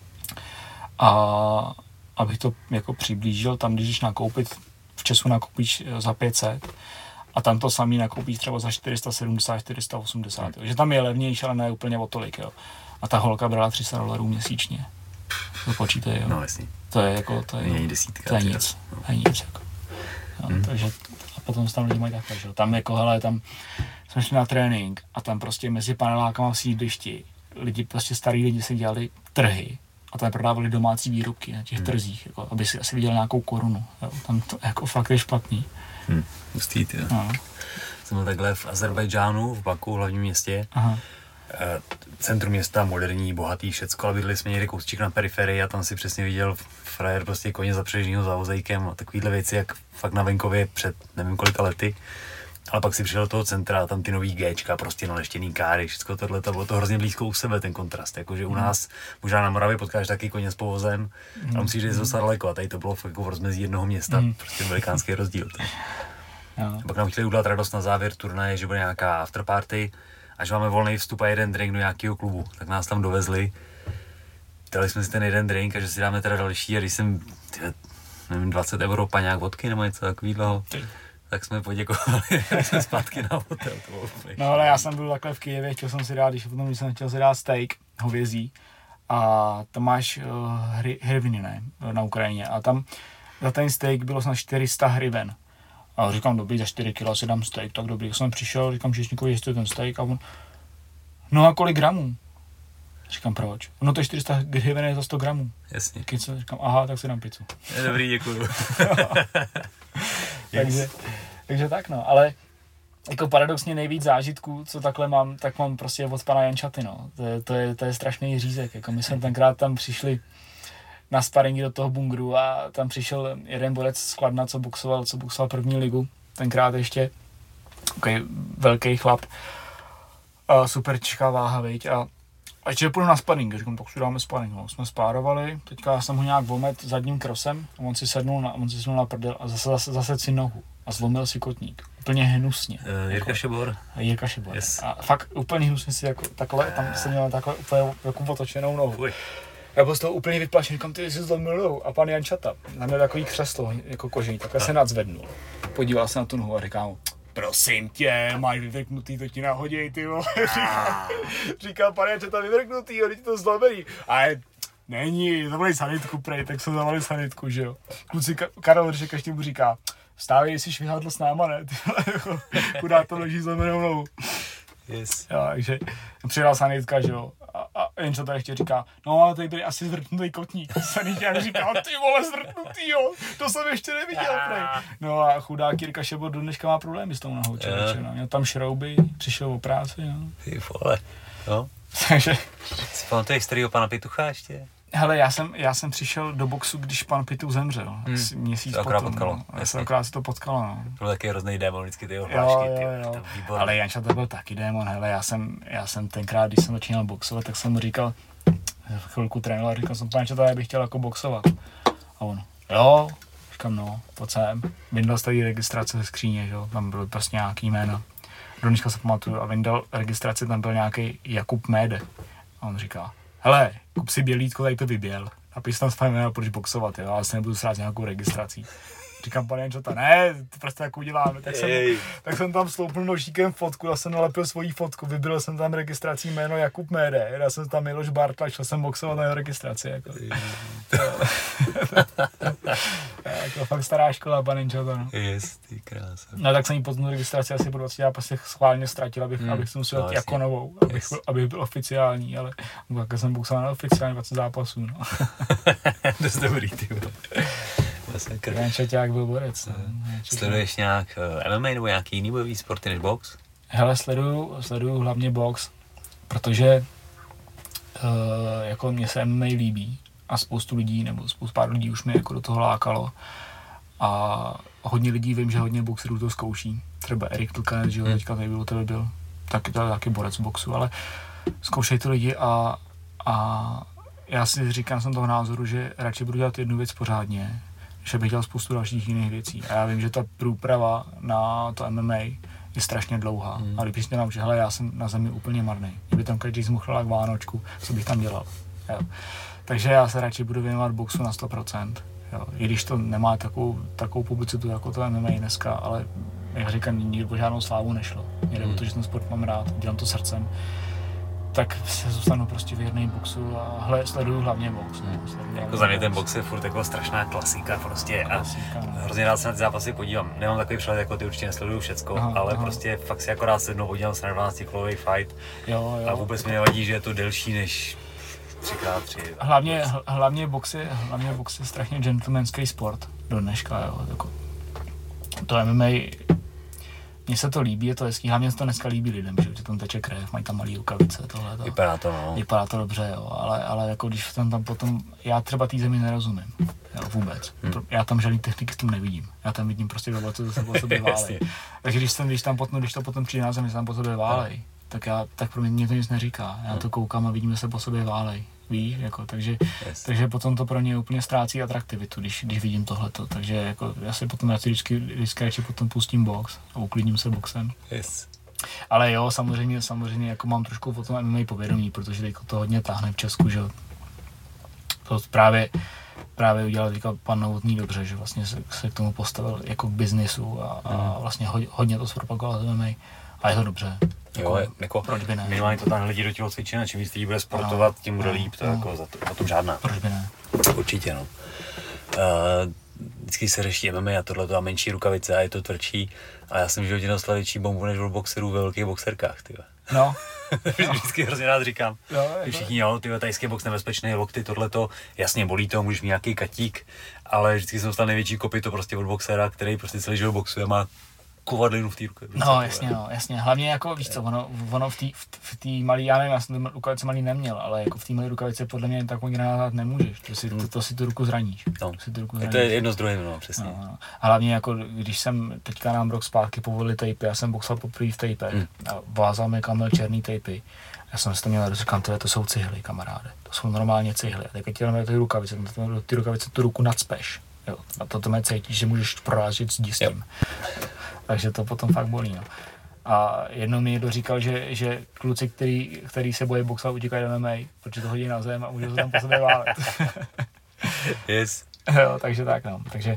a abych to jako přiblížil, tam když jdeš nakoupit, v Česku nakoupíš za pět set a tam to samý nakoupíš třeba za čtyři sta sedmdesát, čtyři sta osmdesát, jo. Že tam je levnější, ale ne úplně o tolik, jo. A ta holka brala tři sta dolarů měsíčně. To počítej, jo. No jasně. To je jako, to je, desítka, to je nic, to je nic, jako. Jo, hmm. Takže, a potom tam lidi mají takhle, že tam jako, hele, tam jsme šli na trénink a tam prostě mezi panelákama v sídlišti lidi, prostě starý lidi si dělali trhy a tam prodávali domácí výrobky na těch hmm. trzích, jako, aby si asi viděl nějakou korunu. Jo. Tam to jako fakt je špatný. Hmm. Hustý, ty. No. Jsem byl takhle v Azerbajdžánu, v Baku, v hlavním městě. Aha. Centrum města, moderní, bohatý, všecko, ale bydleli jsme někde kousčík na periferii a tam si přesně viděl frajer prostě koně zapřeženýho za vozejkem a takovýhle věci, jak fakt na venkově před nevím kolika lety. Ale pak si přišel do toho centra a tam ty nový Gčka, prostě naleštěný káry, všechno tohle, to bylo to hrozně blízko u sebe, ten kontrast, jakože u nás, možná na Moravě potkáš taky koně s povozem mm. a musíš jít zase daleko a tady to bylo fakt jako v rozmezí jednoho města, mm. prostě velikánský rozdíl. No. Pak nám chtěli udělat radost na závěr turnaje, že bude nějaká afterparty a že máme volný vstup a jeden drink do nějakého klubu, tak nás tam dovezli. Dali jsme si ten jeden drink a že si dáme teda další a když jsem, tyhle, nevím, dvacet euro paňák vodky nebo něco takového, tak jsme poděkovali, jsme zpátky na hotel. To bylo no ale já jsem byl takhle v Kyjevě, chtěl jsem si dát, když potom jsem chtěl si dát steak hovězí a tam máš uh, hry, hrivny, ne, na Ukrajině a tam za ten steak bylo snad čtyři sta hriven. A říkám, dobrý, za čtyři kila si dám steak, tak dobrý. Já jsem přišel, říkám Češníkovi, jestli ten steak a on, no a kolik gramů? Říkám, proč? No to je čtyři sta hriven je za sto gramů. Jasně. Kyco, říkám, aha, tak si dám pizzu. Je dobrý, děkuju. takže, takže tak no, ale jako paradoxně nejvíc zážitků, co takhle mám, tak mám prostě od pana Jančaty, no. To je, to je, to je strašný řízek, jako my jsme tenkrát tam přišli na sparingy do toho bungru a tam přišel jeden borec z Kladna, co boxoval, co boxoval první ligu, tenkrát ještě takový velký chlap, a super těžká váha, viď, a a ještě půjdu na sparing, říkám, tak si dáme sparing, no. Jsme spárovali, teďka já jsem ho nějak vomet zadním krosem a on si sednul na, on si sednul na prdel a zase, zase, zase si nohu a zlomil si kotník, úplně hnusně. Uh, Jirka Šebor. Jirka Šebor. Yes. A fakt úplně hnusně si jako takhle, tam jsem měl takhle úplně jako otočenou nohu. Uj. Já byl z toho úplně vyplašený, říkám, ty jsi zlomil nohu a pan Jančata, na mě takový křeslo, jako kožení, takhle se nadzvednul. Podíval se na tu nohu a říkám mu, prosím tě, máš vyvrknutý, to ti nahoděj, ty vole. Říkal, říkal pane, že to vyvrknutý, jo, teď to zlomený. Ale není, zavolej sanitku prej, tak jsem zavolil sanitku, že jo. Kluci, Karel Vršek ještě mu říká, vstávej, jsi švihadl s náma, ne, ty vole, kudá to leží zlomenou nohu. Yes. Jo, takže přijela sanitka, že jo, a, a jen co to ještě říká, no ale tady byli asi zvrtnutý kotník. Saniták říkal, ty vole, zvrtnutý, jo, to jsem ještě neviděl, prej. No a chudák Jirka Šebor do dneška má problémy s tou nohou, člověče, no. Měl tam šrouby, přišel o práci, no. Ty vole, no. Takže... Si pamatuješ starýho pana Pitucha ještě? Hele, já jsem, já jsem přišel do boxu, když pan Pitu zemřel, hmm. měsíc to akorát potom. Potkalo, No. Se akorát se to potkalo, no. To byl taky hrozný démon, vždycky ty jeho hlášky, jo, jo, jo. ty, ale Janča to byl taky démon, hele, já jsem, já jsem tenkrát, když jsem začínal boxovat, tak jsem mu říkal, chvilku trénoval, říkal jsem, pane Janča, já bych chtěl jako boxovat. A on, jo, říkám, no, pojď sem. Vyndal z tady registrace ze skříně, že jo, tam bylo prostě nějaký jméno. Do dneška se pamatuju a vyndal registraci, tam byl nějaký Jakub Méde. A on říká, hele, kup si bělítko, tady to vyběl. Napíš tam své jméno, proč boxovat, jo, ale se nebudu srát nějakou registrací. Říkám, pane Jančota, ne, to prostě tak uděláme. Tak jsem, tak jsem tam sloupnul nožíkem fotku, já jsem nalepil svoji fotku, vybil jsem tam registrací jméno Jakub Méde, já jsem tam Miloš Bartl, šel jsem boxovat na jeho registraci. Jako. Jako fakt stará škola, pane Jančota, no. Yes, ty krása. No tak jsem jí potom registraci asi po dvaceti zápasech schválně ztratil, abych, hmm. abych si musel no, jako novou, abych, yes. byl, abych byl oficiální, ale tak jsem boxoval na oficiální dvacet zápasů, no. Dost dobrý, ty vole. Jančaťák byl borec. No. Sleduješ nějak uh, M M A nebo nějaký jiný bojový sporty než box? Hele, sleduju, sleduju hlavně box, protože uh, jako mě se M M A líbí a spoustu lidí, nebo spoustu pár lidí už mě jako do toho lákalo a hodně lidí vím, že hodně boxerů to zkouší. Třeba Erik Tulkanec, že jo, hmm. teďka tady byl, tebe byl taky, taky borec v boxu, ale zkoušejí to lidi a, a já si říkám, jsem toho názoru, že radši budu dělat jednu věc pořádně, že bych dělal spoustu dalších jiných věcí. A já vím, že ta průprava na to M M A je strašně dlouhá. Hmm. Ale když mám, že hele, já jsem na zemi úplně marný. Kdyby tam každý zmuchlal k Vánočku, co bych tam dělal. Jo. Takže já se radši budu věnovat boxu na sto procent. Jo. I když to nemá takovou, takovou publicitu jako to M M A dneska, ale jak říkám, nikdy po žádnou slávu nešlo. Mě jde o to, že ten sport mám rád, dělám to srdcem. tak se zůstanu prostě věrný boxu a hle, sleduju hlavně box. Ne? Jako za mě ten box je furt jako strašná klasika prostě klasika, a no. hrozně rád se na ty zápasy podívám. Nemám takový přehled jako ty, určitě nesleduju všecko, aha, ale aha. prostě fakt si akorát sednou, podívám se na dvanáctikolový fight jo, jo. a vůbec mi nevadí, že je to delší než tři krát tři. Hlavně, hlavně box je, hlavně box je strašně gentlemanský sport do dneška, jo. Jako, to M M A, mně se to líbí, je to hezký, hlavně se to dneska líbí lidem, že tam teče krev, mají tam malý rukavice, tohle. To, vypadá to, no. Vypadá to dobře, jo, ale, ale jako když tam, tam potom, já třeba té zemi nerozumím, jo, vůbec. Hmm. Já tam žádný techniky s tím nevidím, já tam vidím prostě dva, co se po sobě válej. Takže když, jsem, když, tam potom, když to potom přijde na zemi, se tam po sobě válej, tak, já, tak pro mě, mě to nic neříká, já to koukám a vidím, že se po sobě válej. Víš, jako, takže, yes. takže potom to pro ně úplně ztrácí atraktivitu, když, když vidím tohleto, takže jako, já si potom já si vždycky, vždycky radši potom pustím box a uklidním se boxem. Yes. Ale jo, samozřejmě, samozřejmě jako mám trošku o tom M M A povědomí, protože teď to hodně táhne v Česku, že to právě, právě udělal teďka pan Novotný dobře, že vlastně se, se k tomu postavil jako k biznisu a, a vlastně hodně, hodně to zpropagoval M M A a je to dobře. Jo, jako, proč by ne? Minimálně to tam hledí do tělo cvičení, čím víc lidí bude sportovat, tím bude líp, to no. jako za to, o tom žádná. Proč by ne? Určitě, no. Uh, vždycky se řeší M M A a tohleto a menší rukavice a je to tvrdší a já jsem v životě dostal větší bombu než u boxerů ve velkých boxerkách, tyhle. No. Vždycky hrozně rád říkám. Jo, jako... Všichni, jo, tyhle tajský box nebezpečný, lokty, tohleto, jasně bolí to, můžeš mít nějaký katík, ale vždycky jsem dostal největší kopyto prostě od boxera, který prostě celý život boxuje, má kovadlinu v té ruce. No jasně, no, jasně. Hlavně jako, víš co, ono, ono v té v v malé, já nevím, já jsem rukavice malý neměl, ale jako v té malé rukavice podle mě takový granát nemůžeš, to si, to, to si tu ruku zraníš. No. To, si tu ruku zraníš. To je jedno z druhým, no, přesně. No, no. A hlavně jako, když jsem teďka nám rok zpátky povolili tejpy, já jsem boxal poprvé v tejpech hmm. a vázal mi Kamil černý tejpy. Já jsem si to měl, říkám, to jsou cihly, kamaráde, to jsou normálně cihly. A teďka ti dáme ty rukavice, do ty rukavice tu ruku nacpeš. Jo, a to to mě cítíš, že můžeš prorážet s tím. Takže to potom fakt bolí, no. A jednou mi někdo říkal, že, že kluci, který, který se bojí boxa, utíkají do M M A, protože to hodí na zem a můžou se tam po sobě válet. Yes. Jo, takže tak, no. Takže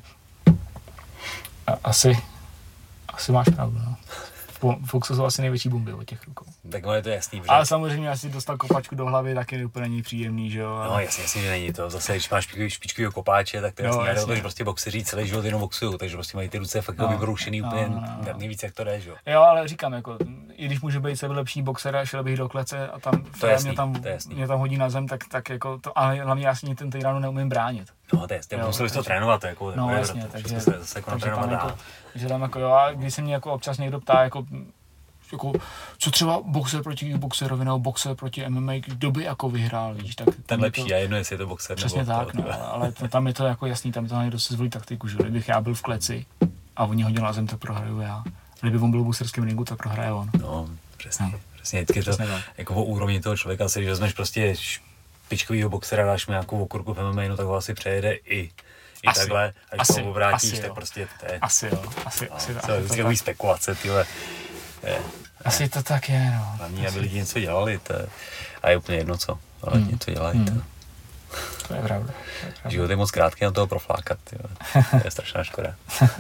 a, asi, asi máš pravdu, no. V boxu jsou asi největší bomby od těch rukou. Tak je to jasný. Že? Ale samozřejmě, asi dostal kopačku do hlavy, tak je úplně není příjemný, že jo. No jasně, jasně, že není to. Zase, když máš špičkový, špičkovýho kopáče, tak to je jasný. jasný. To, že prostě boxeři celý život jenom boxují, takže prostě mají ty ruce fakt no, vybroušený no, úplně no, no. nejvíc, jak to jde, že jo. Jo, ale říkám, jako, i když může být sebelepší boxer a šel bych do klece a tam, to jasný, mě, tam mě tam hodí na zem, tak, tak jako to, ale hlavně já si ten týden neumím bránit. No, to je jasný, musel bys to trénovat, jako, no, jasně, takže, se zase jako natrénovat dá. Takže tam jako jo, a když se mě jako občas někdo ptá, jako jako, co třeba boxer proti boxerovi nebo boxer proti M M A, kdo by jako vyhrál, víš, tak ten lepší, to, a jedno jestli je to boxer přesně nebo tak, to, no, ale to, tam je to jako jasný, tam je to někdo se zvolí taktiku, že kdybych já byl v kleci a oni hodil na zem, tak prohraju já. Kdyby on byl v boxerském ringu, tak prohraje on. No, přesně, no. přesně, vždycky to, jako o úrovni toho člověka, si když vezmeš prostě špičkovýho boxera, dáš mu nějakou okurku v M M A, no tak ho asi přejede i I asi, takhle, až asi, to obrátíš, tak jo. prostě to je... Asi jo, asi, no, asi tak. To je vždycky spekulace, tyhle. Je, asi to tak je, no. Hlavně, aby lidi něco dělali, to je, a je úplně jedno co, ale hmm. něco dělají, hmm. to. To je pravda. To je pravda. Život je moc krátký na toho proflákat, tyhle. To je strašná škoda.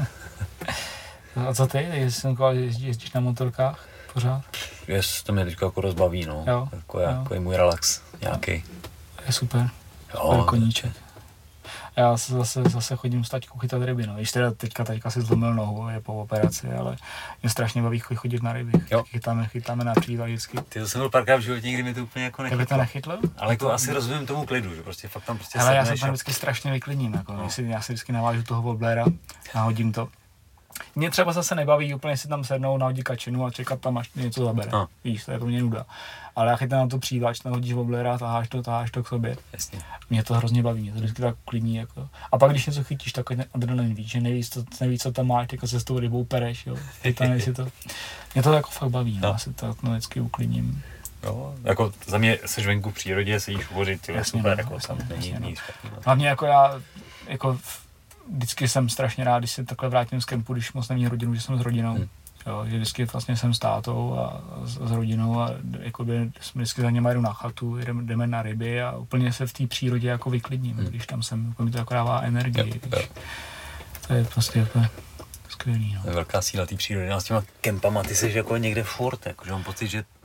A co ty, jestli jezdíš, jezdíš na motorkách pořád? Jest, to mě teďka jako rozbaví, no. Jo. Jako je, jako je můj relax nějaký. Je super. Jo. Koníček. Já se zase, zase chodím s taťkou chytat ryby, no. Když teda teďka taťka si zlomil nohu, je po operaci, ale mě strašně baví chodit na ryby. Jo. Chytáme, chytáme na příval vždycky. Ty to jsem byl párkrát v životě, kdy mi to úplně jako nechytlo. Tebe to nechytlo? Ale to asi rozumím tomu klidu, že prostě fakt tam prostě hele, já se tam vždycky strašně vyklidním, jako. No. Já si vždycky navážu toho woblera, nahodím to. Mě třeba zase nebaví úplně si tam sednout, nahodit kačinu a čekat tam, až něco zabere. No. Víš, to je pro mě nuda. Ale já chytám na to přívač, nahodíš woblera, taháš to, taháš to k sobě. Jasně. Mě to hrozně baví, mě to vždycky tak klidní. Jako. A pak když něco chytíš, tak ten adrenalin víš, že nevíš, co, nevíš, co tam máš, jako se s tou rybou pereš, jo. Tam, si to... Mě to jako fakt baví, no. Já si to no, vždycky uklidním. Jo, jako za mě seš venku v přírodě, sedíš uvořit, je super, jako tam není nic špatný. Hlavně jako já, jako vždycky jsem strašně rád, když se takhle vrátím z kempu, když moc nemím rodinu, že jsem s rodinou. Hmm. Jo, že vždycky vlastně jsem s tátou a s, s rodinou a jakoby, jsme vždycky za něma jedu na chatu, jdeme, jdeme na ryby a úplně se v té přírodě jako vyklidním, hmm. když tam jsem, mi to jako dává energii. Jo, jo. To je prostě úplně skvělý. No. To je velká síla té přírody, no, s těma kempama ty jsi jako někde furt, jako, že mám pocit, že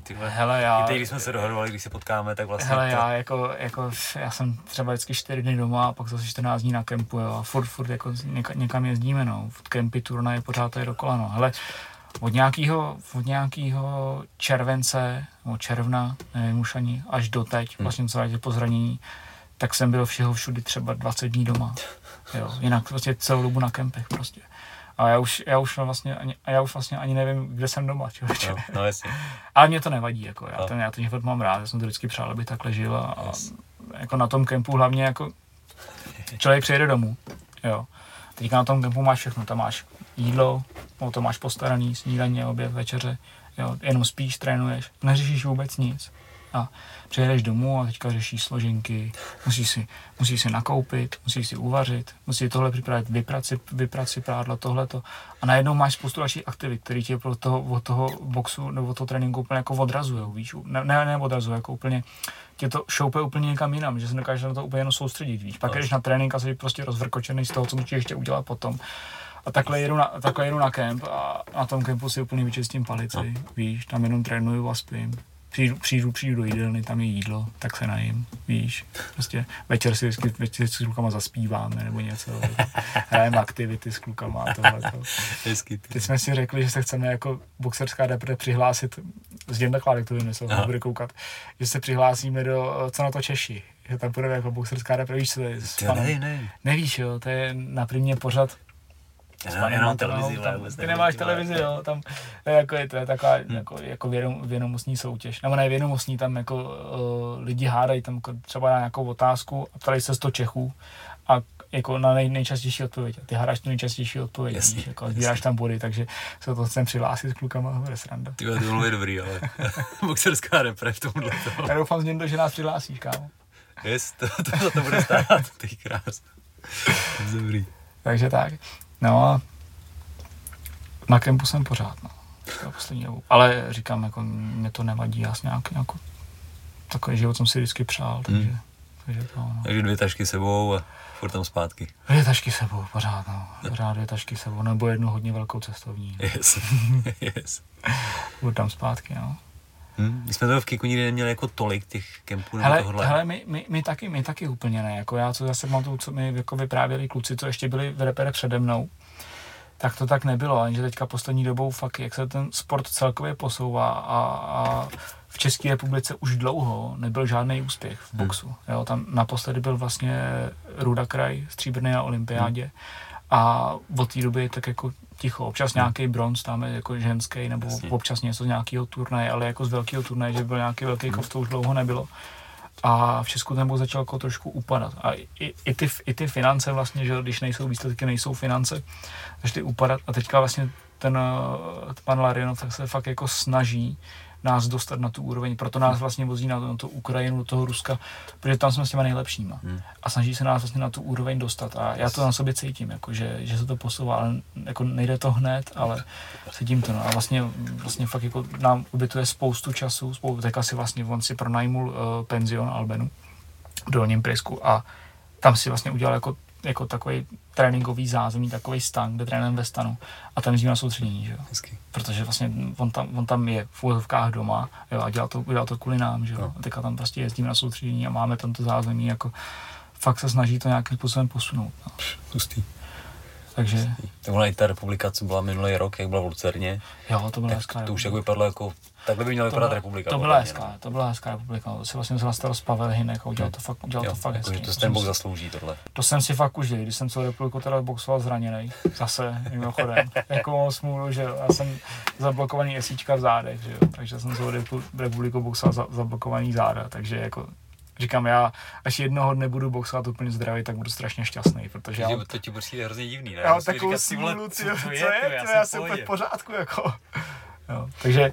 ty vole. Hele, já... I teď, když jsme se dohadovali, když se potkáme, tak vlastně... Hele, to... já jako, jako, já jsem třeba vždycky čtyři dny doma a pak zase čtrnáct dní na kempu, jo, a furt, furt jako něka, někam jezdíme, no, v kempy, turnaje, pořád to je dokola, no. Hele, od nějakého, od nějakého července, nebo června, nevím už ani, až do teď, vlastně co je po zranění, tak jsem byl všeho všudy třeba dvacet dní doma, jo, jinak vlastně celou dobu na kempech prostě. A já už, já už vlastně ani, já už vlastně ani nevím, kde jsem doma, člověče. No, no jasně. Ale mě to nevadí, jako, já, no. ten, já ten život mám rád, já jsem to vždycky přál, abych takhle žil a, a jako na tom kempu hlavně jako člověk přijede domů, jo. Teďka na tom kempu máš všechno, tam máš jídlo, no, to máš postaraný, snídaně, oběd, večeře, jo, jenom spíš, trénuješ, neřešíš vůbec nic. A přijedeš domů a teďka řešíš složenky, musíš si, musíš si nakoupit, musíš si uvařit, musíš tohle připravit, vyprat si, vyprat si prádlo, tohleto. A najednou máš spoustu dalších aktivit, které tě od toho, od toho boxu nebo od toho tréninku úplně jako odrazujou, víš, ne, ne, ne odrazujou, jako úplně tě to šoupe úplně někam jinam, že se nedokážeš na to úplně jenom soustředit, víš. Pak jdeš na trénink a jsi prostě rozvrkočený z toho, co musíš ještě udělat potom. A takhle jedu na, takhle jedu na kemp a na tom kempu si úplně vyčistím palici, víš, tam jenom trénuju a spím. Přijdu, přijdu, přijdu do jídelny, tam je jídlo, tak se najím, víš, prostě večer si vždycky, večer si s klukama zaspíváme nebo něco, hrajeme aktivity s klukama a tohleto. Teď jsme si řekli, že se chceme jako boxerská repre přihlásit, s Děm Kládek to vymyslel, bude koukat, že se přihlásíme do Co na to Češi, že tam půjdeme jako boxerská repre, víš co to je? Ne, ne. Nevíš jo, to je na Primě pořad. Já nemám televizi, tam, ty nemáš televizi, jo, tam jako je to je taková hmm. jako, jako vědom, vědomostní soutěž, nebo ne vědomostní, tam jako uh, lidi hádají tam jako třeba na nějakou otázku a ptají se sto Čechů a jako na nej, nejčastější odpověď a ty hádáš tu nejčastější odpověď, jasný, víš, jako sbíráš tam body, takže se to chcem přihlásit s klukama, bude sranda. Ty to bylo dobrý, ale boxerská repre v tomhle toho. Já doufám z něm, že nás přihlásíš, kámo. Yes, to, to, to, to bude stát, ty krás. Dobrý. Takže tak. No a na kempu jsem pořád, no, poslední dobu. Ale říkám, jako mě to nevadí, já jsem nějaký, jako, takový život jsem si vždycky přál, takže, hmm. takže to, no. Takže dvě tašky sebou a furt tam zpátky. Dvě tašky sebou, pořád, no, pořád dvě tašky sebou, nebo jednu hodně velkou cestovní. No. Yes, yes. Furt tam zpátky, no. Hmm. My jsme toho v Kiku nikdy neměli jako tolik těch kempů nebo hele, tohle. Hele, my, my, my, taky, my taky úplně ne, jako já, co zase mám tu, co mi jako vyprávěli kluci, co ještě byli v repere přede mnou, tak to tak nebylo, jenže teďka poslední dobou fakt, jak se ten sport celkově posouvá a, a v České republice už dlouho nebyl žádný úspěch v boxu. Hmm. Jo, tam naposledy byl vlastně Ruda Kraj, stříbrný na olympiádě hmm. a od té doby je tak jako ticho. Občas hmm. nějaký bronz tam je jako ženský, nebo Jasně. občas něco z nějakého turnaje, ale jako z velkého turnaje, že byl nějaký velký kov, to už dlouho nebylo. A v Česku ten box začal jako trošku upadat. A i, i, ty, i ty finance vlastně, že když nejsou výsledky, nejsou finance, začaly upadat. A teďka vlastně ten pan Larionov tak se fakt jako snaží nás dostat na tu úroveň, proto nás vlastně vozí na, na tu Ukrajinu, do toho Ruska, protože tam jsme s těma nejlepšíma. Hmm. A snaží se nás vlastně na tu úroveň dostat. A já to na sobě cítím, jako, že, že se to posouvá, ale jako nejde to hned, ale cítím to. No. A vlastně, vlastně fakt jako nám ubytuje spoustu času, spoustu, teďka si vlastně on si pronajmul uh, penzion Albenu v Dolním Prysku a tam si vlastně udělal jako jako takový tréninkový zázemí, takový stan, kde trénujeme ve stanu a tam jezdíme na soustředění, že jo. Hezky. Protože vlastně on tam, on tam je v úvozovkách doma, jo, a dělal to, dělal to kvůli nám, že jo. No. A teďka tam prostě jezdíme na soustředění a máme tam to zázemí, jako fakt se snaží to nějakým způsobem posunout. No. Hustý. Takže... To byla i ta republika, co byla minulý rok, jak byla v Lucerně. Jo, to byla hezká. To už jako vypadlo jako, takhle by měla vypadat republika. To byla hezká, to byla hezká republika. To si vlastně vzal starost Pavel Hynek a udělal to fakt, udělal jo, to fakt jako, hezky. To ten box zaslouží tohle. To jsem si fakt užil, když jsem celou republiku teda boxoval zraněnej, zase mimochodem. Jako mám smůlu, že já jsem zablokovaný esíčka v zádech, že jo, takže jsem celou republiku boxoval za, zablokovaný záda, takže jako říkám, já až jednoho dne budu boxovat úplně zdravý, tak budu strašně šťastný, protože já... To ti přijde hrozně divný, ne? Já mám takovou smůlu, co, co je, to já jsem v pořádku, jako. Jo, takže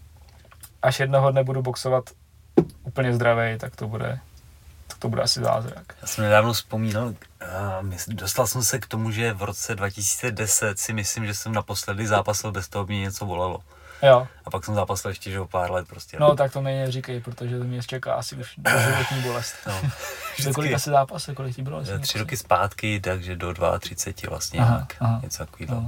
až jednoho dne budu boxovat úplně zdravý, tak to bude, tak to bude asi zázrak. Já jsem nedávno vzpomínal, dostal jsem se k tomu, že v roce dva tisíce deset si myslím, že jsem naposledy zápasil bez toho, by mě něco bolelo. Jo. A pak jsem zápasil ještě, že o pár let prostě. No tak to mě neříkej, protože to mě čeká asi už doživotní bolest. No. Do kolika se zápasy, kolik ti bylo? Tři roky zpátky, takže do třicet dva vlastně, aha, nějak, aha, něco takového. No.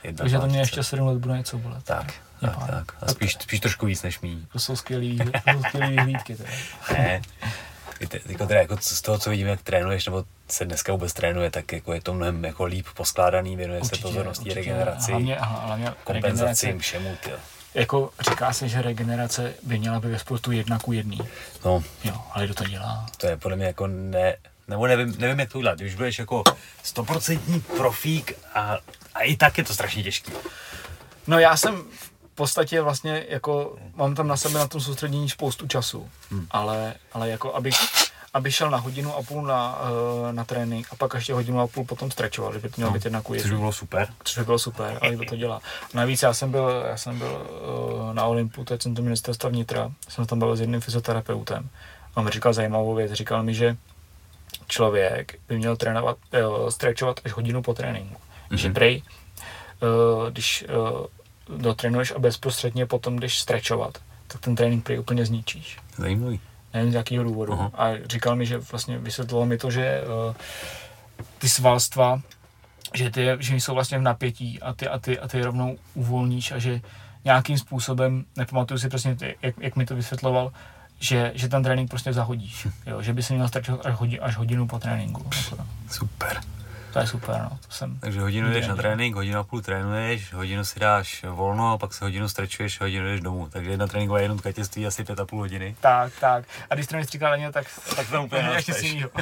Takže to mě ještě sedm let bude něco bolet. Tak, tak, tak. A spíš, spíš trošku víc než míň. To jsou skvělý, to jsou skvělý vyhlídky. Teda. Ne, jako, teda, jako z toho, co vidím, jak trénuješ, nebo se dneska vůbec trénuje, tak jako je to mnohem jako líp poskládaný, věnuje určitě, se pozorností regeneraci, hlavně, hlavně kompenzacím, všemu. Tyjo. Jako říká se, že regenerace by měla být ve sportu jedna ku jedný. No. Jo, ale kdo to dělá? To je podle mě jako ne, nebo nevím, nevím jak to udělat, když budeš jako stoprocentní profík a, a i tak je to strašně těžký. No já jsem v podstatě vlastně jako, mám tam na sebe na tom soustředění spoustu času, hmm. ale, ale jako abych, aby šel na hodinu a půl na, na trénink a pak ještě hodinu a půl potom stretchoval, kdyby to mělo být jedna ku jedný. Což by bylo super. Což by bylo super, ale kdo to dělá. Navíc já jsem byl, já jsem byl na Olympu, to je centrum ministerstva vnitra, jsem tam byl s jedním fyzioterapeutem. On mi říkal zajímavou věc, říkal mi, že člověk by měl trénovat, stretchovat až hodinu po tréninku. Mm-hmm. Že prej, když dotrénuješ a bezprostředně potom jdeš stretchovat, tak ten trénink prý úplně zničíš. Zajímavý. Nevím z jakého důvodu. Uh-huh. A říkal mi, že vlastně vysvětloval mi to, že uh, ty svalstva, že ty, že jsou vlastně v napětí a ty, a ty, a ty rovnou uvolníš a že nějakým způsobem, nepamatuju si přesně, jak, jak mi to vysvětloval, že, že ten trénink prostě zahodíš. Jo, že by se měl stretchovat až, hodin, až hodinu po tréninku. Super. To je super, no. To jsem Takže hodinu jdeš na trénink, hodinu a půl trénuješ, hodinu si dáš volno, pak se hodinu stretchuješ, hodinu jdeš domů. Takže jedna tréninková jednotka tě stojí asi pět a půl hodiny. Tak, tak. A když trénuješ třikrát denně, tak, tak to úplně ještě si jinýho.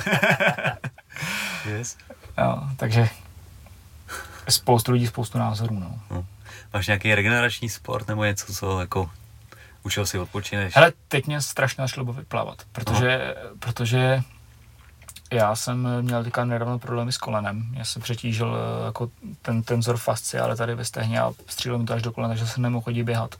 Yes. Jo, takže spoustu lidí, spoustu názorů, no. no. Máš nějaký regenerační sport nebo něco, co jako učil si odpočineš? Hele, teď mě strašně našlo bavit plavat, protože, protože já jsem měl teďka nedávno problémy s kolenem. Já jsem přetížil jako ten tenzor fasciale tady ve stehně a střílel mi to až do kolena, takže jsem nemohl chodit běhat.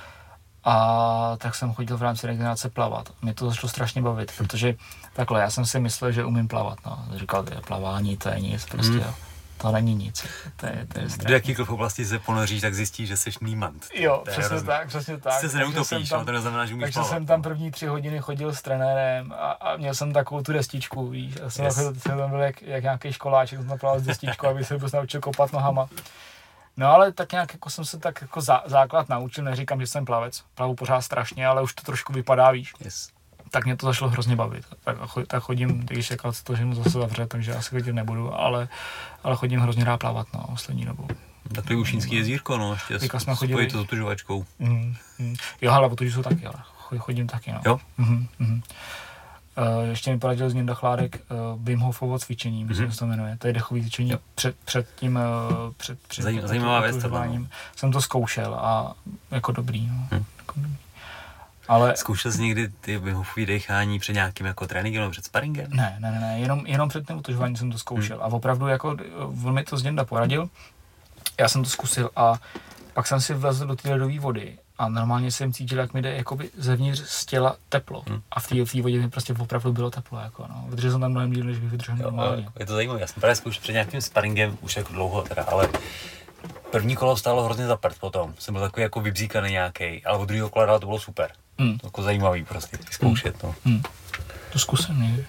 A tak jsem chodil v rámci regenerace plavat. Mě to začalo strašně bavit, protože takhle, já jsem si myslel, že umím plavat. No. Říkal, že plavání to je nic, prostě mm. to není nic. To je, to je do jakýkoliv oblasti se ponoříš, tak zjistíš, že jsi nímant. Jo, přesně hrozný. tak, přesně tak. Jste se neutopíš, ale to neznamená, že umíš takže plavat. jsem tam první tři hodiny chodil s trenérem a, a měl jsem takovou tu destičku, víš. Já jsem, yes. jsem tam byl jak, jak nějaký školáček, jsem tam plaval s destičkou, aby se vůbec naučil kopat nohama. No ale tak nějak jako jsem se tak jako zá, základ naučil, neříkám, že jsem plavec, plavu pořád strašně, ale už to trošku vypadá, víš. Yes. Tak mě to zašlo hrozně bavit. Tak, tak chodím, když čekal to, že mu zase zavře, takže asi chodit nebudu, ale, ale chodím hrozně rád plavat, no, poslední dobou. Takový Ušínský jezírko, no, ještě spojit to s otužovačkou. Mm, mm. Jo, ale otužu taky, ale chodím taky, no. Jo? Mm, mm. Uh, ještě mi poradil Zněnda Chládek uh, Wim Hofovo cvičení, myslím, mm-hmm. že se to jmenuje. To je dechový cvičení před, před tím, uh, před, před Zajím, zajímavá věc. Jsem to zkoušel a jako dobrý, no. Hmm. Jako dobrý. Ale... Zkoušel jsi někdy ty Wim Hofový dechání před nějakým jako tréninkem nebo před sparingem? Ne, ne, ne, ne, jenom, jenom před tím otužováním jsem to zkoušel. Hmm. A opravdu jako on mi to Zněnda poradil, já jsem to zkusil a pak jsem si vlezl do té ledové vody a normálně jsem cítil, jak mi jde jakoby zevnitř z těla teplo. Hmm. A v té vodě mi prostě opravdu bylo teplo, jako no. Vydržel jsem tam mnohem díl, než bych vydržel normálně. Je to zajímavé, já jsem právě zkoušel před nějakým sparingem už jako dlouho teda, ale první kolo stálo hrozně za prd potom. Jsem byl takový jako vybzíkaný nějaký, ale od druhého kola to bylo super. Hmm. To jako zajímavý prostě, zkoušet, no. Hmm. To zkusím někdy.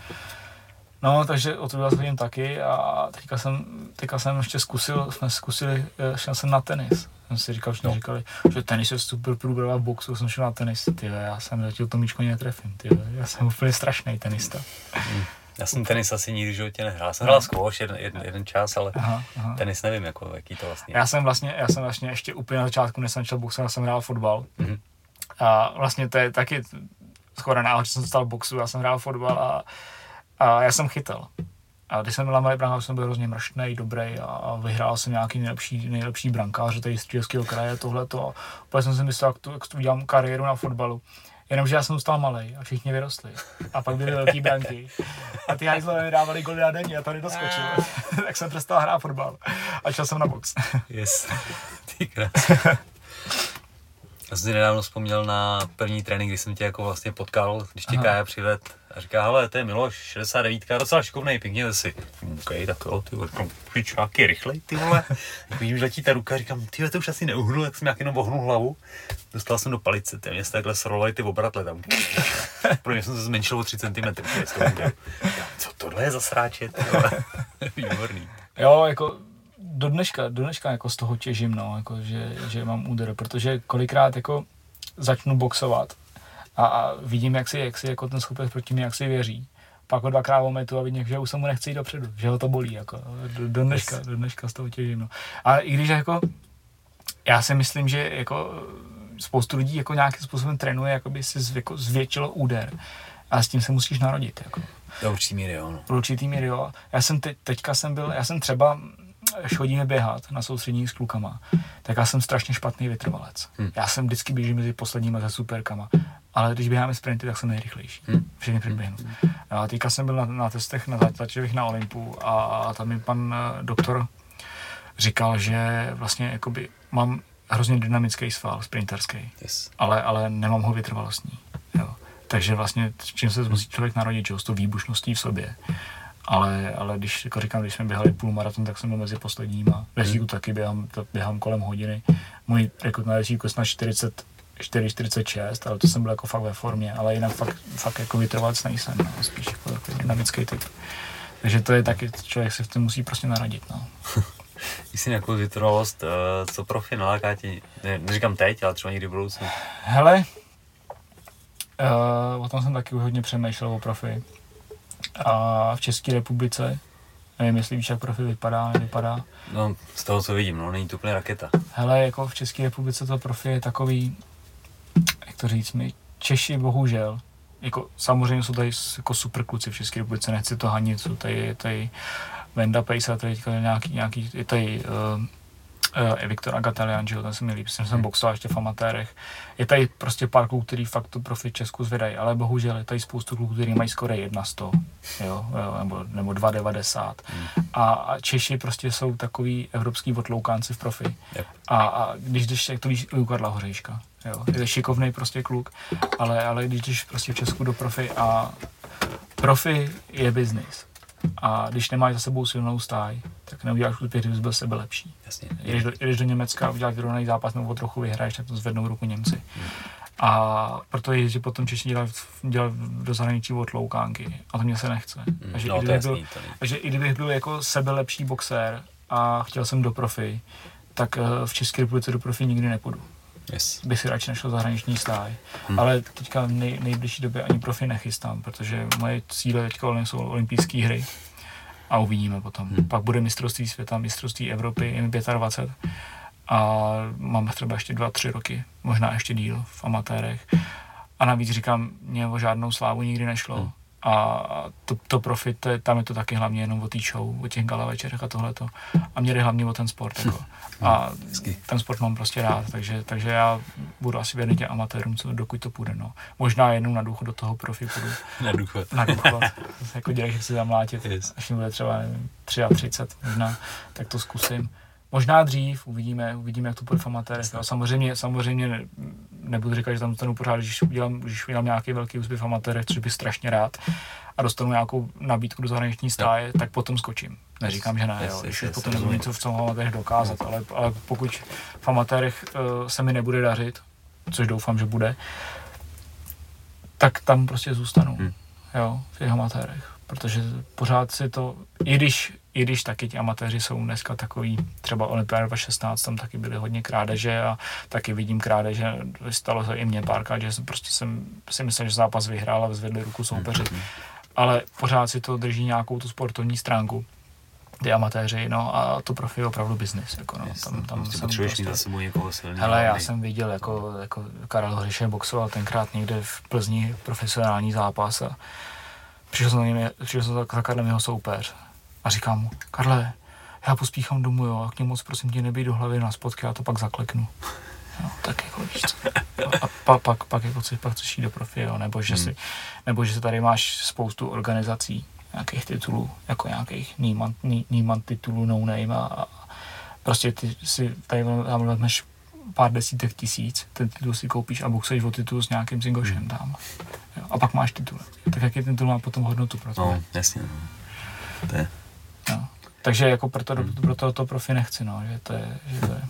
No, takže o to byla jsem taky a teďka jsem, teďka jsem ještě zkusil, jsme zkusili, šel jsem na tenis. Jsem si říkal, že no. říkali, že tenis je super průběhová v boxu, jsem šel na tenis, tyhle, já jsem zatím to míčko netrefím, tyhle, já jsem úplně strašný tenista. Hmm. Já jsem tenis asi nikdy v životě nehrál. Já jsem hrál squash jeden, jeden, jeden čas, ale aha, aha. tenis nevím, jako, jaký to vlastně je. Já jsem vlastně, já jsem vlastně ještě úplně na začátku, než jsem šel boxem, já jsem hrál fotbal. Mm-hmm. A vlastně to je taky skoro náhod, že jsem dostal boxu, já jsem hrál fotbal a, a já jsem chytal. A když jsem byl na malé brankář, jsem byl hrozně mrštnej, dobrý a vyhrál jsem nějaký nejlepší, nejlepší brankář tady z Českého kraje, tohleto. A úplně jsem si myslel, jak, tu, jak tu udělám kariéru na fotbalu. Jenomže já jsem zůstal malej a všichni vyrostli. A pak byly velký branky. A ty hajzlové mi dávali goly na denně a to nedoskočil. Tak jsem přestal hrát fotbal. A šel jsem na box. Yes. Ty krás. Já jsem si nedávno vzpomněl na první trénink, kdy jsem tě jako vlastně potkal, když tě Kája přived a říká, hele, to je Miloš, šedesát devět, docela šikovnej, pěkně si. OK, tak jo, ty vole, říkám, nějaký rychlej, ty vole. Jak vidím, že letí ta ruka, říkám, ty to už asi neuhnul, tak jsem nějak jenom ohnul hlavu. Dostal jsem do palice, ty mě se takhle srolovaly ty obratle tam. Pro mě jsem se zmenšil o tři centimetry. Co tohle je za sráče, ty vole. Výborný. Jo, jako do dneška, do dneška jako z toho těžím, no, jako že, že mám úder, protože kolikrát jako začnu boxovat a, a vidím, jak si, jak si jako ten skupec proti mě, jak si věří. Pak ho dvakrát ometu a vidím, že už se mu nechce jít dopředu, že ho to bolí, jako do, do dneška, do dneška z toho těžím, no. Ale i když jako, já si myslím, že jako spoustu lidí jako nějakým způsobem trénuje, jako by si zv, jako zvětšilo úder, a s tím se musíš narodit, jako. Do určitý míry, jo. No. Do určitý míry, jo. Já jsem te, teďka jsem byl, já jsem třeba, až chodíme běhat na soustředění s klukama, tak já jsem strašně špatný vytrvalec. Hmm. Já jsem vždycky běžím mezi posledníma se superkama, ale když běháme sprinty, tak jsem nejrychlejší. Hmm. Všechny předběhnu. A teďka jsem byl na, na testech na zatlačivých na Olympu a, a tam mi pan doktor říkal, že vlastně jakoby mám hrozně dynamický sval, sprinterský, yes. ale, ale nemám ho vytrvalostní. Jo. Takže vlastně čím se musí člověk narodit, že s tou výbušností v sobě. Ale, ale když, jako říkám, když jsme běhali půlmaraton, tak jsem byl mezi posledníma. Ve říku taky běhám, běhám kolem hodiny. Můj rekord na říku je snad čtyřicet čtyři čtyřicet šest, ale to jsem byl jako fakt ve formě. Ale jinak fakt, fakt jako vytrvalec nejsem, no. Spíš jako takový dynamický typ. Takže to je taky, člověk se v tom musí prostě narodit, no. Když jsi nějakou vytrvalost, co profi naláká ti, ne, neříkám teď, ale třeba někdy v budoucnu? Hele, uh, o tom jsem taky hodně přemýšlel o profi. A v České republice, nevím, jestli víš, jak profi vypadá, nevypadá. No, z toho, co vidím, no, není to úplně raketa. Hele, jako v České republice to profi je takový, jak to říct, my Češi bohužel, jako samozřejmě jsou tady jako super kluci v České republice, nechci to hanit, jsou tady, tady Venda Pejsa, tady nějaký, nějaký, je tady uh, uh, Viktor Agatalian, že jo, ten se mi líbí, jsem, jsem boxoval ještě v amatérech. Je tady prostě pár kluků, který fakt tu profi v Česku zvedají, ale bohužel je tady spoustu kluků, který mají skoro jedna sto, jo, jo, nebo, nebo dva devadesát. Hmm. A, a Češi prostě jsou takový evropský otloukánci v profi. Yep. A, a když jdeš, jak to víš, u Karla Hořejška, jo, je šikovnej prostě kluk, ale, ale když jdeš prostě v Česku do profi a profi je biznis. A když nemáš za sebou silnou stáj, tak neuděláš úspěch, kdybys byl sebe lepší. Jasně. Jdeš do, jdeš do Německa a uděláš vyrovnaný zápas nebo trochu vyhraješ, tak to zvednou ruku Němci. Hmm. A proto je, že potom Češi dělají dělaj do zahraničí otloukánky. A to mě se nechce. Hmm. Takže, no, i kdybych byl, takže i kdybych byl jako sebe lepší boxér a chtěl jsem do profi, tak v České republice do profi nikdy nepůjdu. Yes. Bych si radši našel zahraniční stáj. Hmm. Ale teďka v nej, nejbližší době ani profi nechystám, protože moje cíle teďka jsou olympijské hry a uvidíme potom. Hmm. Pak bude mistrovství světa, mistrovství Evropy, je mi dvacet pět a mám třeba ještě dva, tři roky, možná ještě díl v amatérech. A navíc říkám, mě o žádnou slávu nikdy nešlo. Hmm. A to, to profit, to je, tam je to taky hlavně jenom o té show, o těch gala večerech a tohleto. A mě jde hlavně o ten sport. Jako. A ten sport mám prostě rád, takže, takže já budu asi věrný těm amatérům, co, dokud to půjde. No. Možná jednou na důchod do toho profi půjdu. Na důchod. Na důchod. Jako dělej, že chci zamlátit, yes. Až mi bude třeba nevím, třicet tři možná, tak to zkusím. Možná dřív, uvidíme, uvidíme, jak to půjde v amatérech. No, samozřejmě, samozřejmě ne, nebudu říkat, že tam dostanu pořád, když udělám, když udělám nějaký velký úspěch v amatérech, což bych strašně rád, a dostanu nějakou nabídku do zahraniční stáje, no. tak potom skočím. Neříkám, že ne, yes, jo, když yes, potom yes, nebudu něco v tom amatérech dokázat, ale, ale pokud v amatérech uh, se mi nebude dařit, což doufám, že bude, tak tam prostě zůstanu, hmm. jo, v těch amatérech. Protože pořád si to, i když, i když taky ti amatéři jsou dneska takový, třeba Olympiáda dva tisíce šestnáct, tam taky byly hodně krádeže a taky vidím krádeže, stalo se i mně párkrát, že jsem prostě jsem si myslel, že zápas vyhrál a zvedli ruku soupeři. Mm-hmm. Ale pořád si to drží nějakou tu sportovní stránku, ty amatéři, no a to profi je opravdu biznis. Jako, no, tam, tam prostě potřebuješ mít za sebou někoho silný. Hele, já jsem viděl, jako, jako Karel Hořejšek boxoval tenkrát někde v Plzni profesionální zápas a Přišel jsem, něm, přišel jsem za Karlem jeho soupeř a říkám mu, Karle, já pospíchám domů, jo, a k němu moc prosím tě nebej do hlavy na spotky, já to pak zakleknu. Jo, tak jako víš co. A pa, pak, pak jako chceš, pak chceš jít do profi, jo, nebo že, hmm. si, nebo že si tady máš spoustu organizací, nějakých titulů, jako nějakých Niemann, Niemann titulů, no name a, a prostě ty si tady tam vezmeš pár desítek tisíc, ten titul si koupíš a boxuješ o titul s nějakým Zingošem tam. Jo, a pak máš titul. Tak jaký ten titul má potom hodnotu pro to? No, jasně. To je. No. Takže jako proto, hmm. proto to profi nechci, no, že to je, že to je.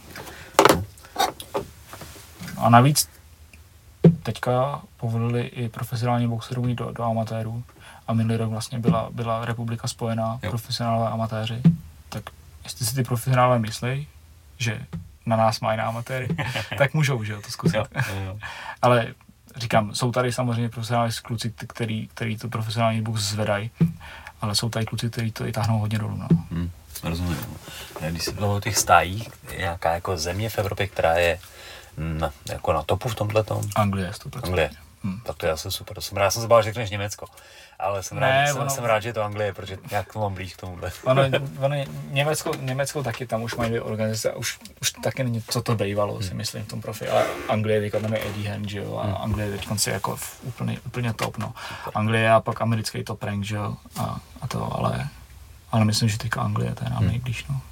A navíc teďka povolili i profesionální boxerů do, do amatérů a minulý rok vlastně byla, byla republika spojená, jo. Profesionálové amatéři, tak jestli si ty profesionálové myslí, že na nás mají na amatéry, tak můžou, že jo, to zkusit. Jo, jo. Ale říkám, jsou tady samozřejmě profesionální kluci, který, který to profesionální box zvedají, ale jsou tady kluci, kteří to i táhnou hodně dolů, no. Hmm, rozumím. Když se bylo o těch stájích, nějaká jako země v Evropě, která je na, jako na topu v tomhletom? Anglie, sto procent. Anglie. Hmm. Tak to je asi super. To jsem rád, jsem se bál, že řekneš Německo. Ale jsem, Ne, rád, jsem, ono- jsem rád, že je to Anglie, protože nějak to mám blíž k tomuhle. Ono, ono, Německo, Německo taky, tam už mají dvě organizace a už, už taky není, co to bývalo, si myslím, v tom profi, ale Anglie teďka tam je Eddie Hearn, že jo, a Hmm. Anglie teď konci jako v úplně, úplně top, no. Anglie a pak americký top rank, že jo, a, a to, ale, ale myslím, že teďka Anglie, to je nám Hmm. nejblíž, no.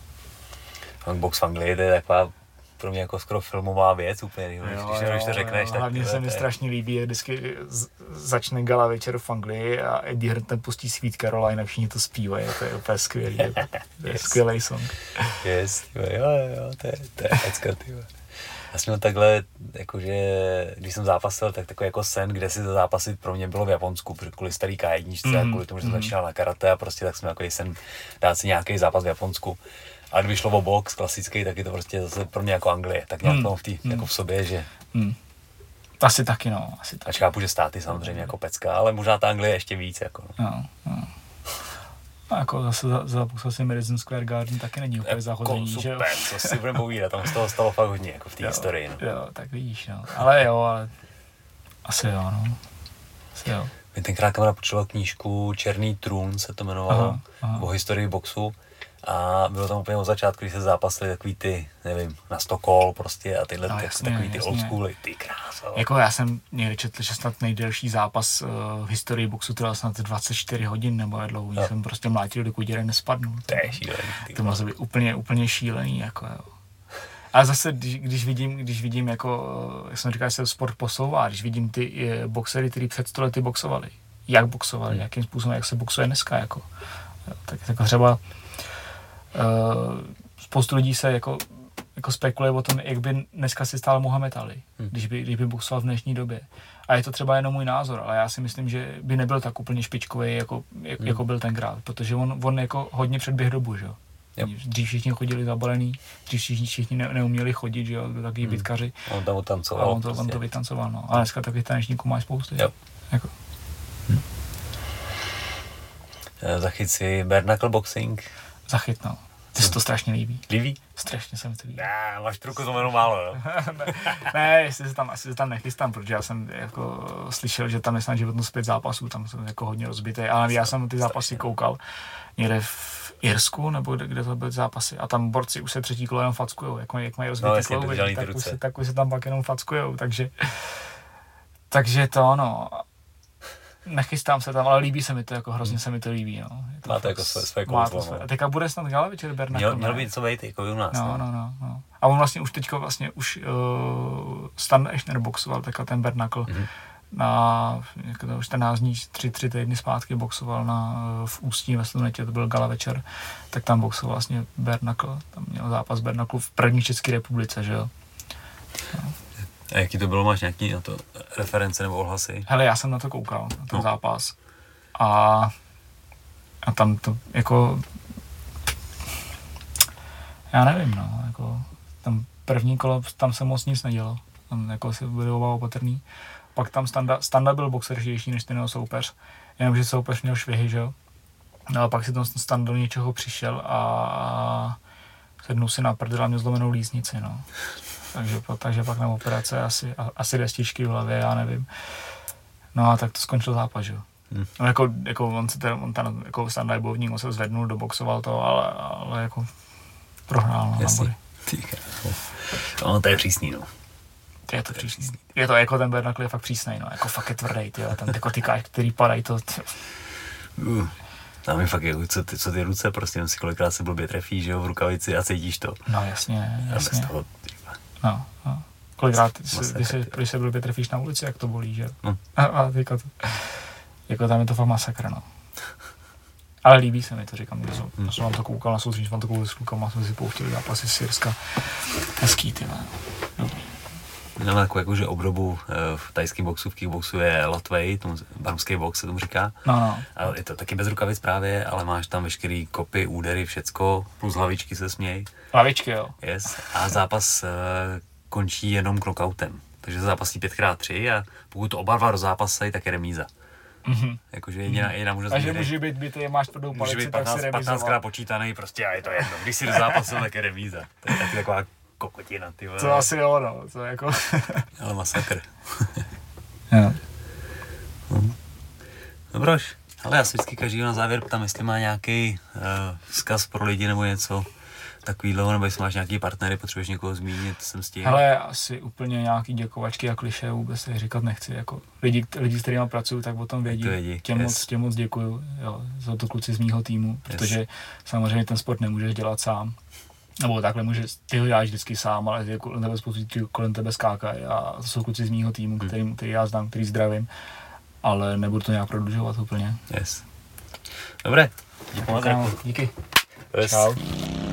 Box v Anglii, to je taková pro mě jako skoro filmová věc úplně, jo, když, když, když to řekneš, jo, tak hlavně se mi to je- strašně líbí, jak vždycky z, začne gala večer v Anglii a Eddie Hearn ten pustí Sweet Caroline a všichni to zpívají, to je úplně skvělý, jako, to je Yes. skvělý song. Yes, jo, jo, jo, to je, to je hecka, ty vole. Já jsem měl takhle, jakože, když jsem zápasil, tak takový jako sen, kde si to zápasit pro mě bylo v Japonsku, protože kvůli starý K jedna mm, a Mhm, kvůli tomu, že jsem mhm. začínal na karate a prostě tak jsem měl takový sen dát si nějaký zápas v Japonsku. A když šlo o box klasický, tak je to prostě zase pro mě jako Anglie, tak nějak Mm, to v tý, mm. jako v sobě, že Hmm. Asi taky, no, asi taky. ač chápu, že státy samozřejmě jako pecka, ale možná ta Anglie ještě víc, jako. No, no. A jako zase za, za si Madison Square Garden taky není úplně Jako zahodení, že jo? super, co si budeme povídat, tam z toho stalo fakt hodně, jako v té Jo, historii, no. Jo, tak vidíš, no. Ale jo, ale asi jo, no. Asi jo. Mi tenkrát kamera počula knížku Černý trůn, se to jmenovalo, Aha, aha. o historii boxu. A bylo tam úplně od začátku, když se zápasili takový ty, nevím, na sto kol prostě a tyhle No, tak, jasně, takový ty jasně. old schooly, ty kráso. Jako já jsem někdy četl, že snad nejdelší zápas uh, v historii boxu trval snad dvacet čtyři hodin nebo jak dlouho. Jo. Jsem prostě mlátil, dokud jeden nespadnul. To je šílený, ty To muselo být úplně, úplně šílený, jako jo. A zase, když, když vidím, když vidím jako, eh, jak jsem říkal, že se sport posouvá, když vidím ty eh, boxery, kteří před sto lety boxovali, jak boxovali, Hmm. jakým způsobem, jak se boxuje dneska, jako. Jo, tak jako třeba uh, spoustu lidí se jako, jako spekuluje o tom, jak by dneska si stál Mohamed Ali, Hmm. když by, když by boxoval v dnešní době. A je to třeba jenom můj názor, ale já si myslím, že by nebyl tak úplně špičkový, jako, jak, Hmm. jako byl tenkrát, protože on, on jako hodně předběh dobu, že jo. Yep. Dřív všichni chodili zabalený, dřív všichni, všichni ne, neuměli chodit, že jo, byli takový Hmm. bitkaři On tam a otancoval. on to, on prostě. to vytancoval, no. A dneska takových tanečníků máš spousty. Yep. Jako. Eh, Zachyt si bare knuckle boxing. Zachyt, no. Ty se to strašně líbí. Líbí? Strašně se mi to líbí. Ne, máš truku to jméno málo, jo. Ne, jestli se tam, asi se tam nechystám, protože já jsem jako slyšel, že tam je snad životnost pět zápasů, tam jsem jako hodně rozbitý, ale já jsem ty zápasy koukal někde v Irsku, nebo kde, kde to byly zápasy, a tam borci už se třetí kolo jenom fackujou, jak mají, jak mají rozbitý No, jasně, klouby, drželi ty tak, už ruce. se, tak už se tam pak jenom fackujou, takže, takže to no, nechystám se tam, ale líbí se mi to, jako hrozně se mi to líbí, no. Je Má to fakt- jako své- své má kouzlo, to své- no. A teďka bude snad gala večer Bernaka. Měl, měl být co být, jako i u nás. No, no, no, no. A on vlastně už teďko vlastně už uh, Stan Ešner boxoval, takhle ten Bernakl. Mhm. Na jak to, čtrnáct dní, tři, tři týdny zpátky boxoval na, v Ústí ve Slunetě, to byl gala večer, tak tam boxoval vlastně Bernakl, tam měl zápas Bernaklu v první České republice, že jo. A jaký to bylo, máš nějaký na to reference nebo ohlasy? Hele, já jsem na to koukal, na ten No. zápas. A, a tam to jako, já nevím, no, jako tam první kolo, tam se moc nic nedělo, tam jako se byli oba opatrný. Pak tam Standa, Standa byl boxerštější než ten jeho soupeř, jenomže soupeř měl švihy, že jo. No a pak si ten Standa do něčeho přišel a sednul si na prdel a měl zlomenou líznici, no. Takže, takže pak na operace asi, asi destičky v hlavě, já nevím. No a tak to skončil zápas, že jo. Hmm. No jako, jako on se ten, on ten jako Standa je bojovník, on se zvednul, doboxoval to, ale, ale jako prohrál no, na Jasně. body. Ty kráso. No, to je přísný, no. Je to přísný. Je to jako ten Bernakl je fakt přísnej, no, jako fakt je tvrdý, tyjo, tam jako ty káč, který padají, to, to Uh. Tam je fakt, jako, co, ty, co ty ruce, prostě jen si kolikrát se blbě trefí, že jo, v rukavici a cítíš to. no jasně, A bez jasně, toho, ty vole. no, no. Kolikrát, ty se, Masakr, když, se, tyjo. když se blbě trefíš na ulici, jak to bolí, že jo. No. A, a teďka to, jako tam je to fakt masakr, no. Ale líbí se mi to, říkám, když jsem, Hmm. jsem vám to koukal na soustředí, jsem vám to koukal s klukama, jsme si pouštěli zápasy z Syrska. Hezký, ty vole. Dobrý. Máme takovou jakože obdobu v tajském boxu, v kickboxu je Lotway, tomu barmský box se tomu říká. No, no. A je to taky bez rukavic právě, ale máš tam veškerý kopy, údery, všecko, plus hlavičky se směj. Hlavičky, jo. Yes. A zápas uh, končí jenom knockoutem. Takže zápasí pět krát tři a pokud to oba dva rozápasejí, tak je remíza. Mm-hmm. Jakože jediná, jediná možnost. Takže může být bytý, máš tvrdou palici, může být tak si remizoval. patnáctkrát počítaný prostě a je to jedno. Když si dozápasil, tak je remíza. To je taky taková kokotina, ty vole. To asi jo, no. To je jako... Ale masakr. Jo. Hmm. Dobroš, ale já si vždycky každý na závěr ptám, jestli má nějaký uh, vzkaz pro lidi nebo něco takovýhle, nebo jestli máš nějaký partnery, potřebuješ někoho zmínit, jsem s tím. Hele, asi úplně nějaký děkovačky a klišé vůbec si říkat nechci. Jako lidi, lidi, s kterými pracuju, tak o tom vědí. vědí. Těm, Yes. moc, těm moc děkuju. Jo, jsou to kluci z mýho týmu, protože yes. samozřejmě ten sport nemůžeš dělat sám. Nebo takhle můžeš, ty ho děláš vždycky sám, ale je kolem tebe spoustu kolem tebe skákají a to jsou kluci z mýho týmu, hmm. který, který já znám, který zdravím, ale nebudu to nějak prodlužovat úplně. Yes. Dobré, díky moc. Díky. Yes. Čau.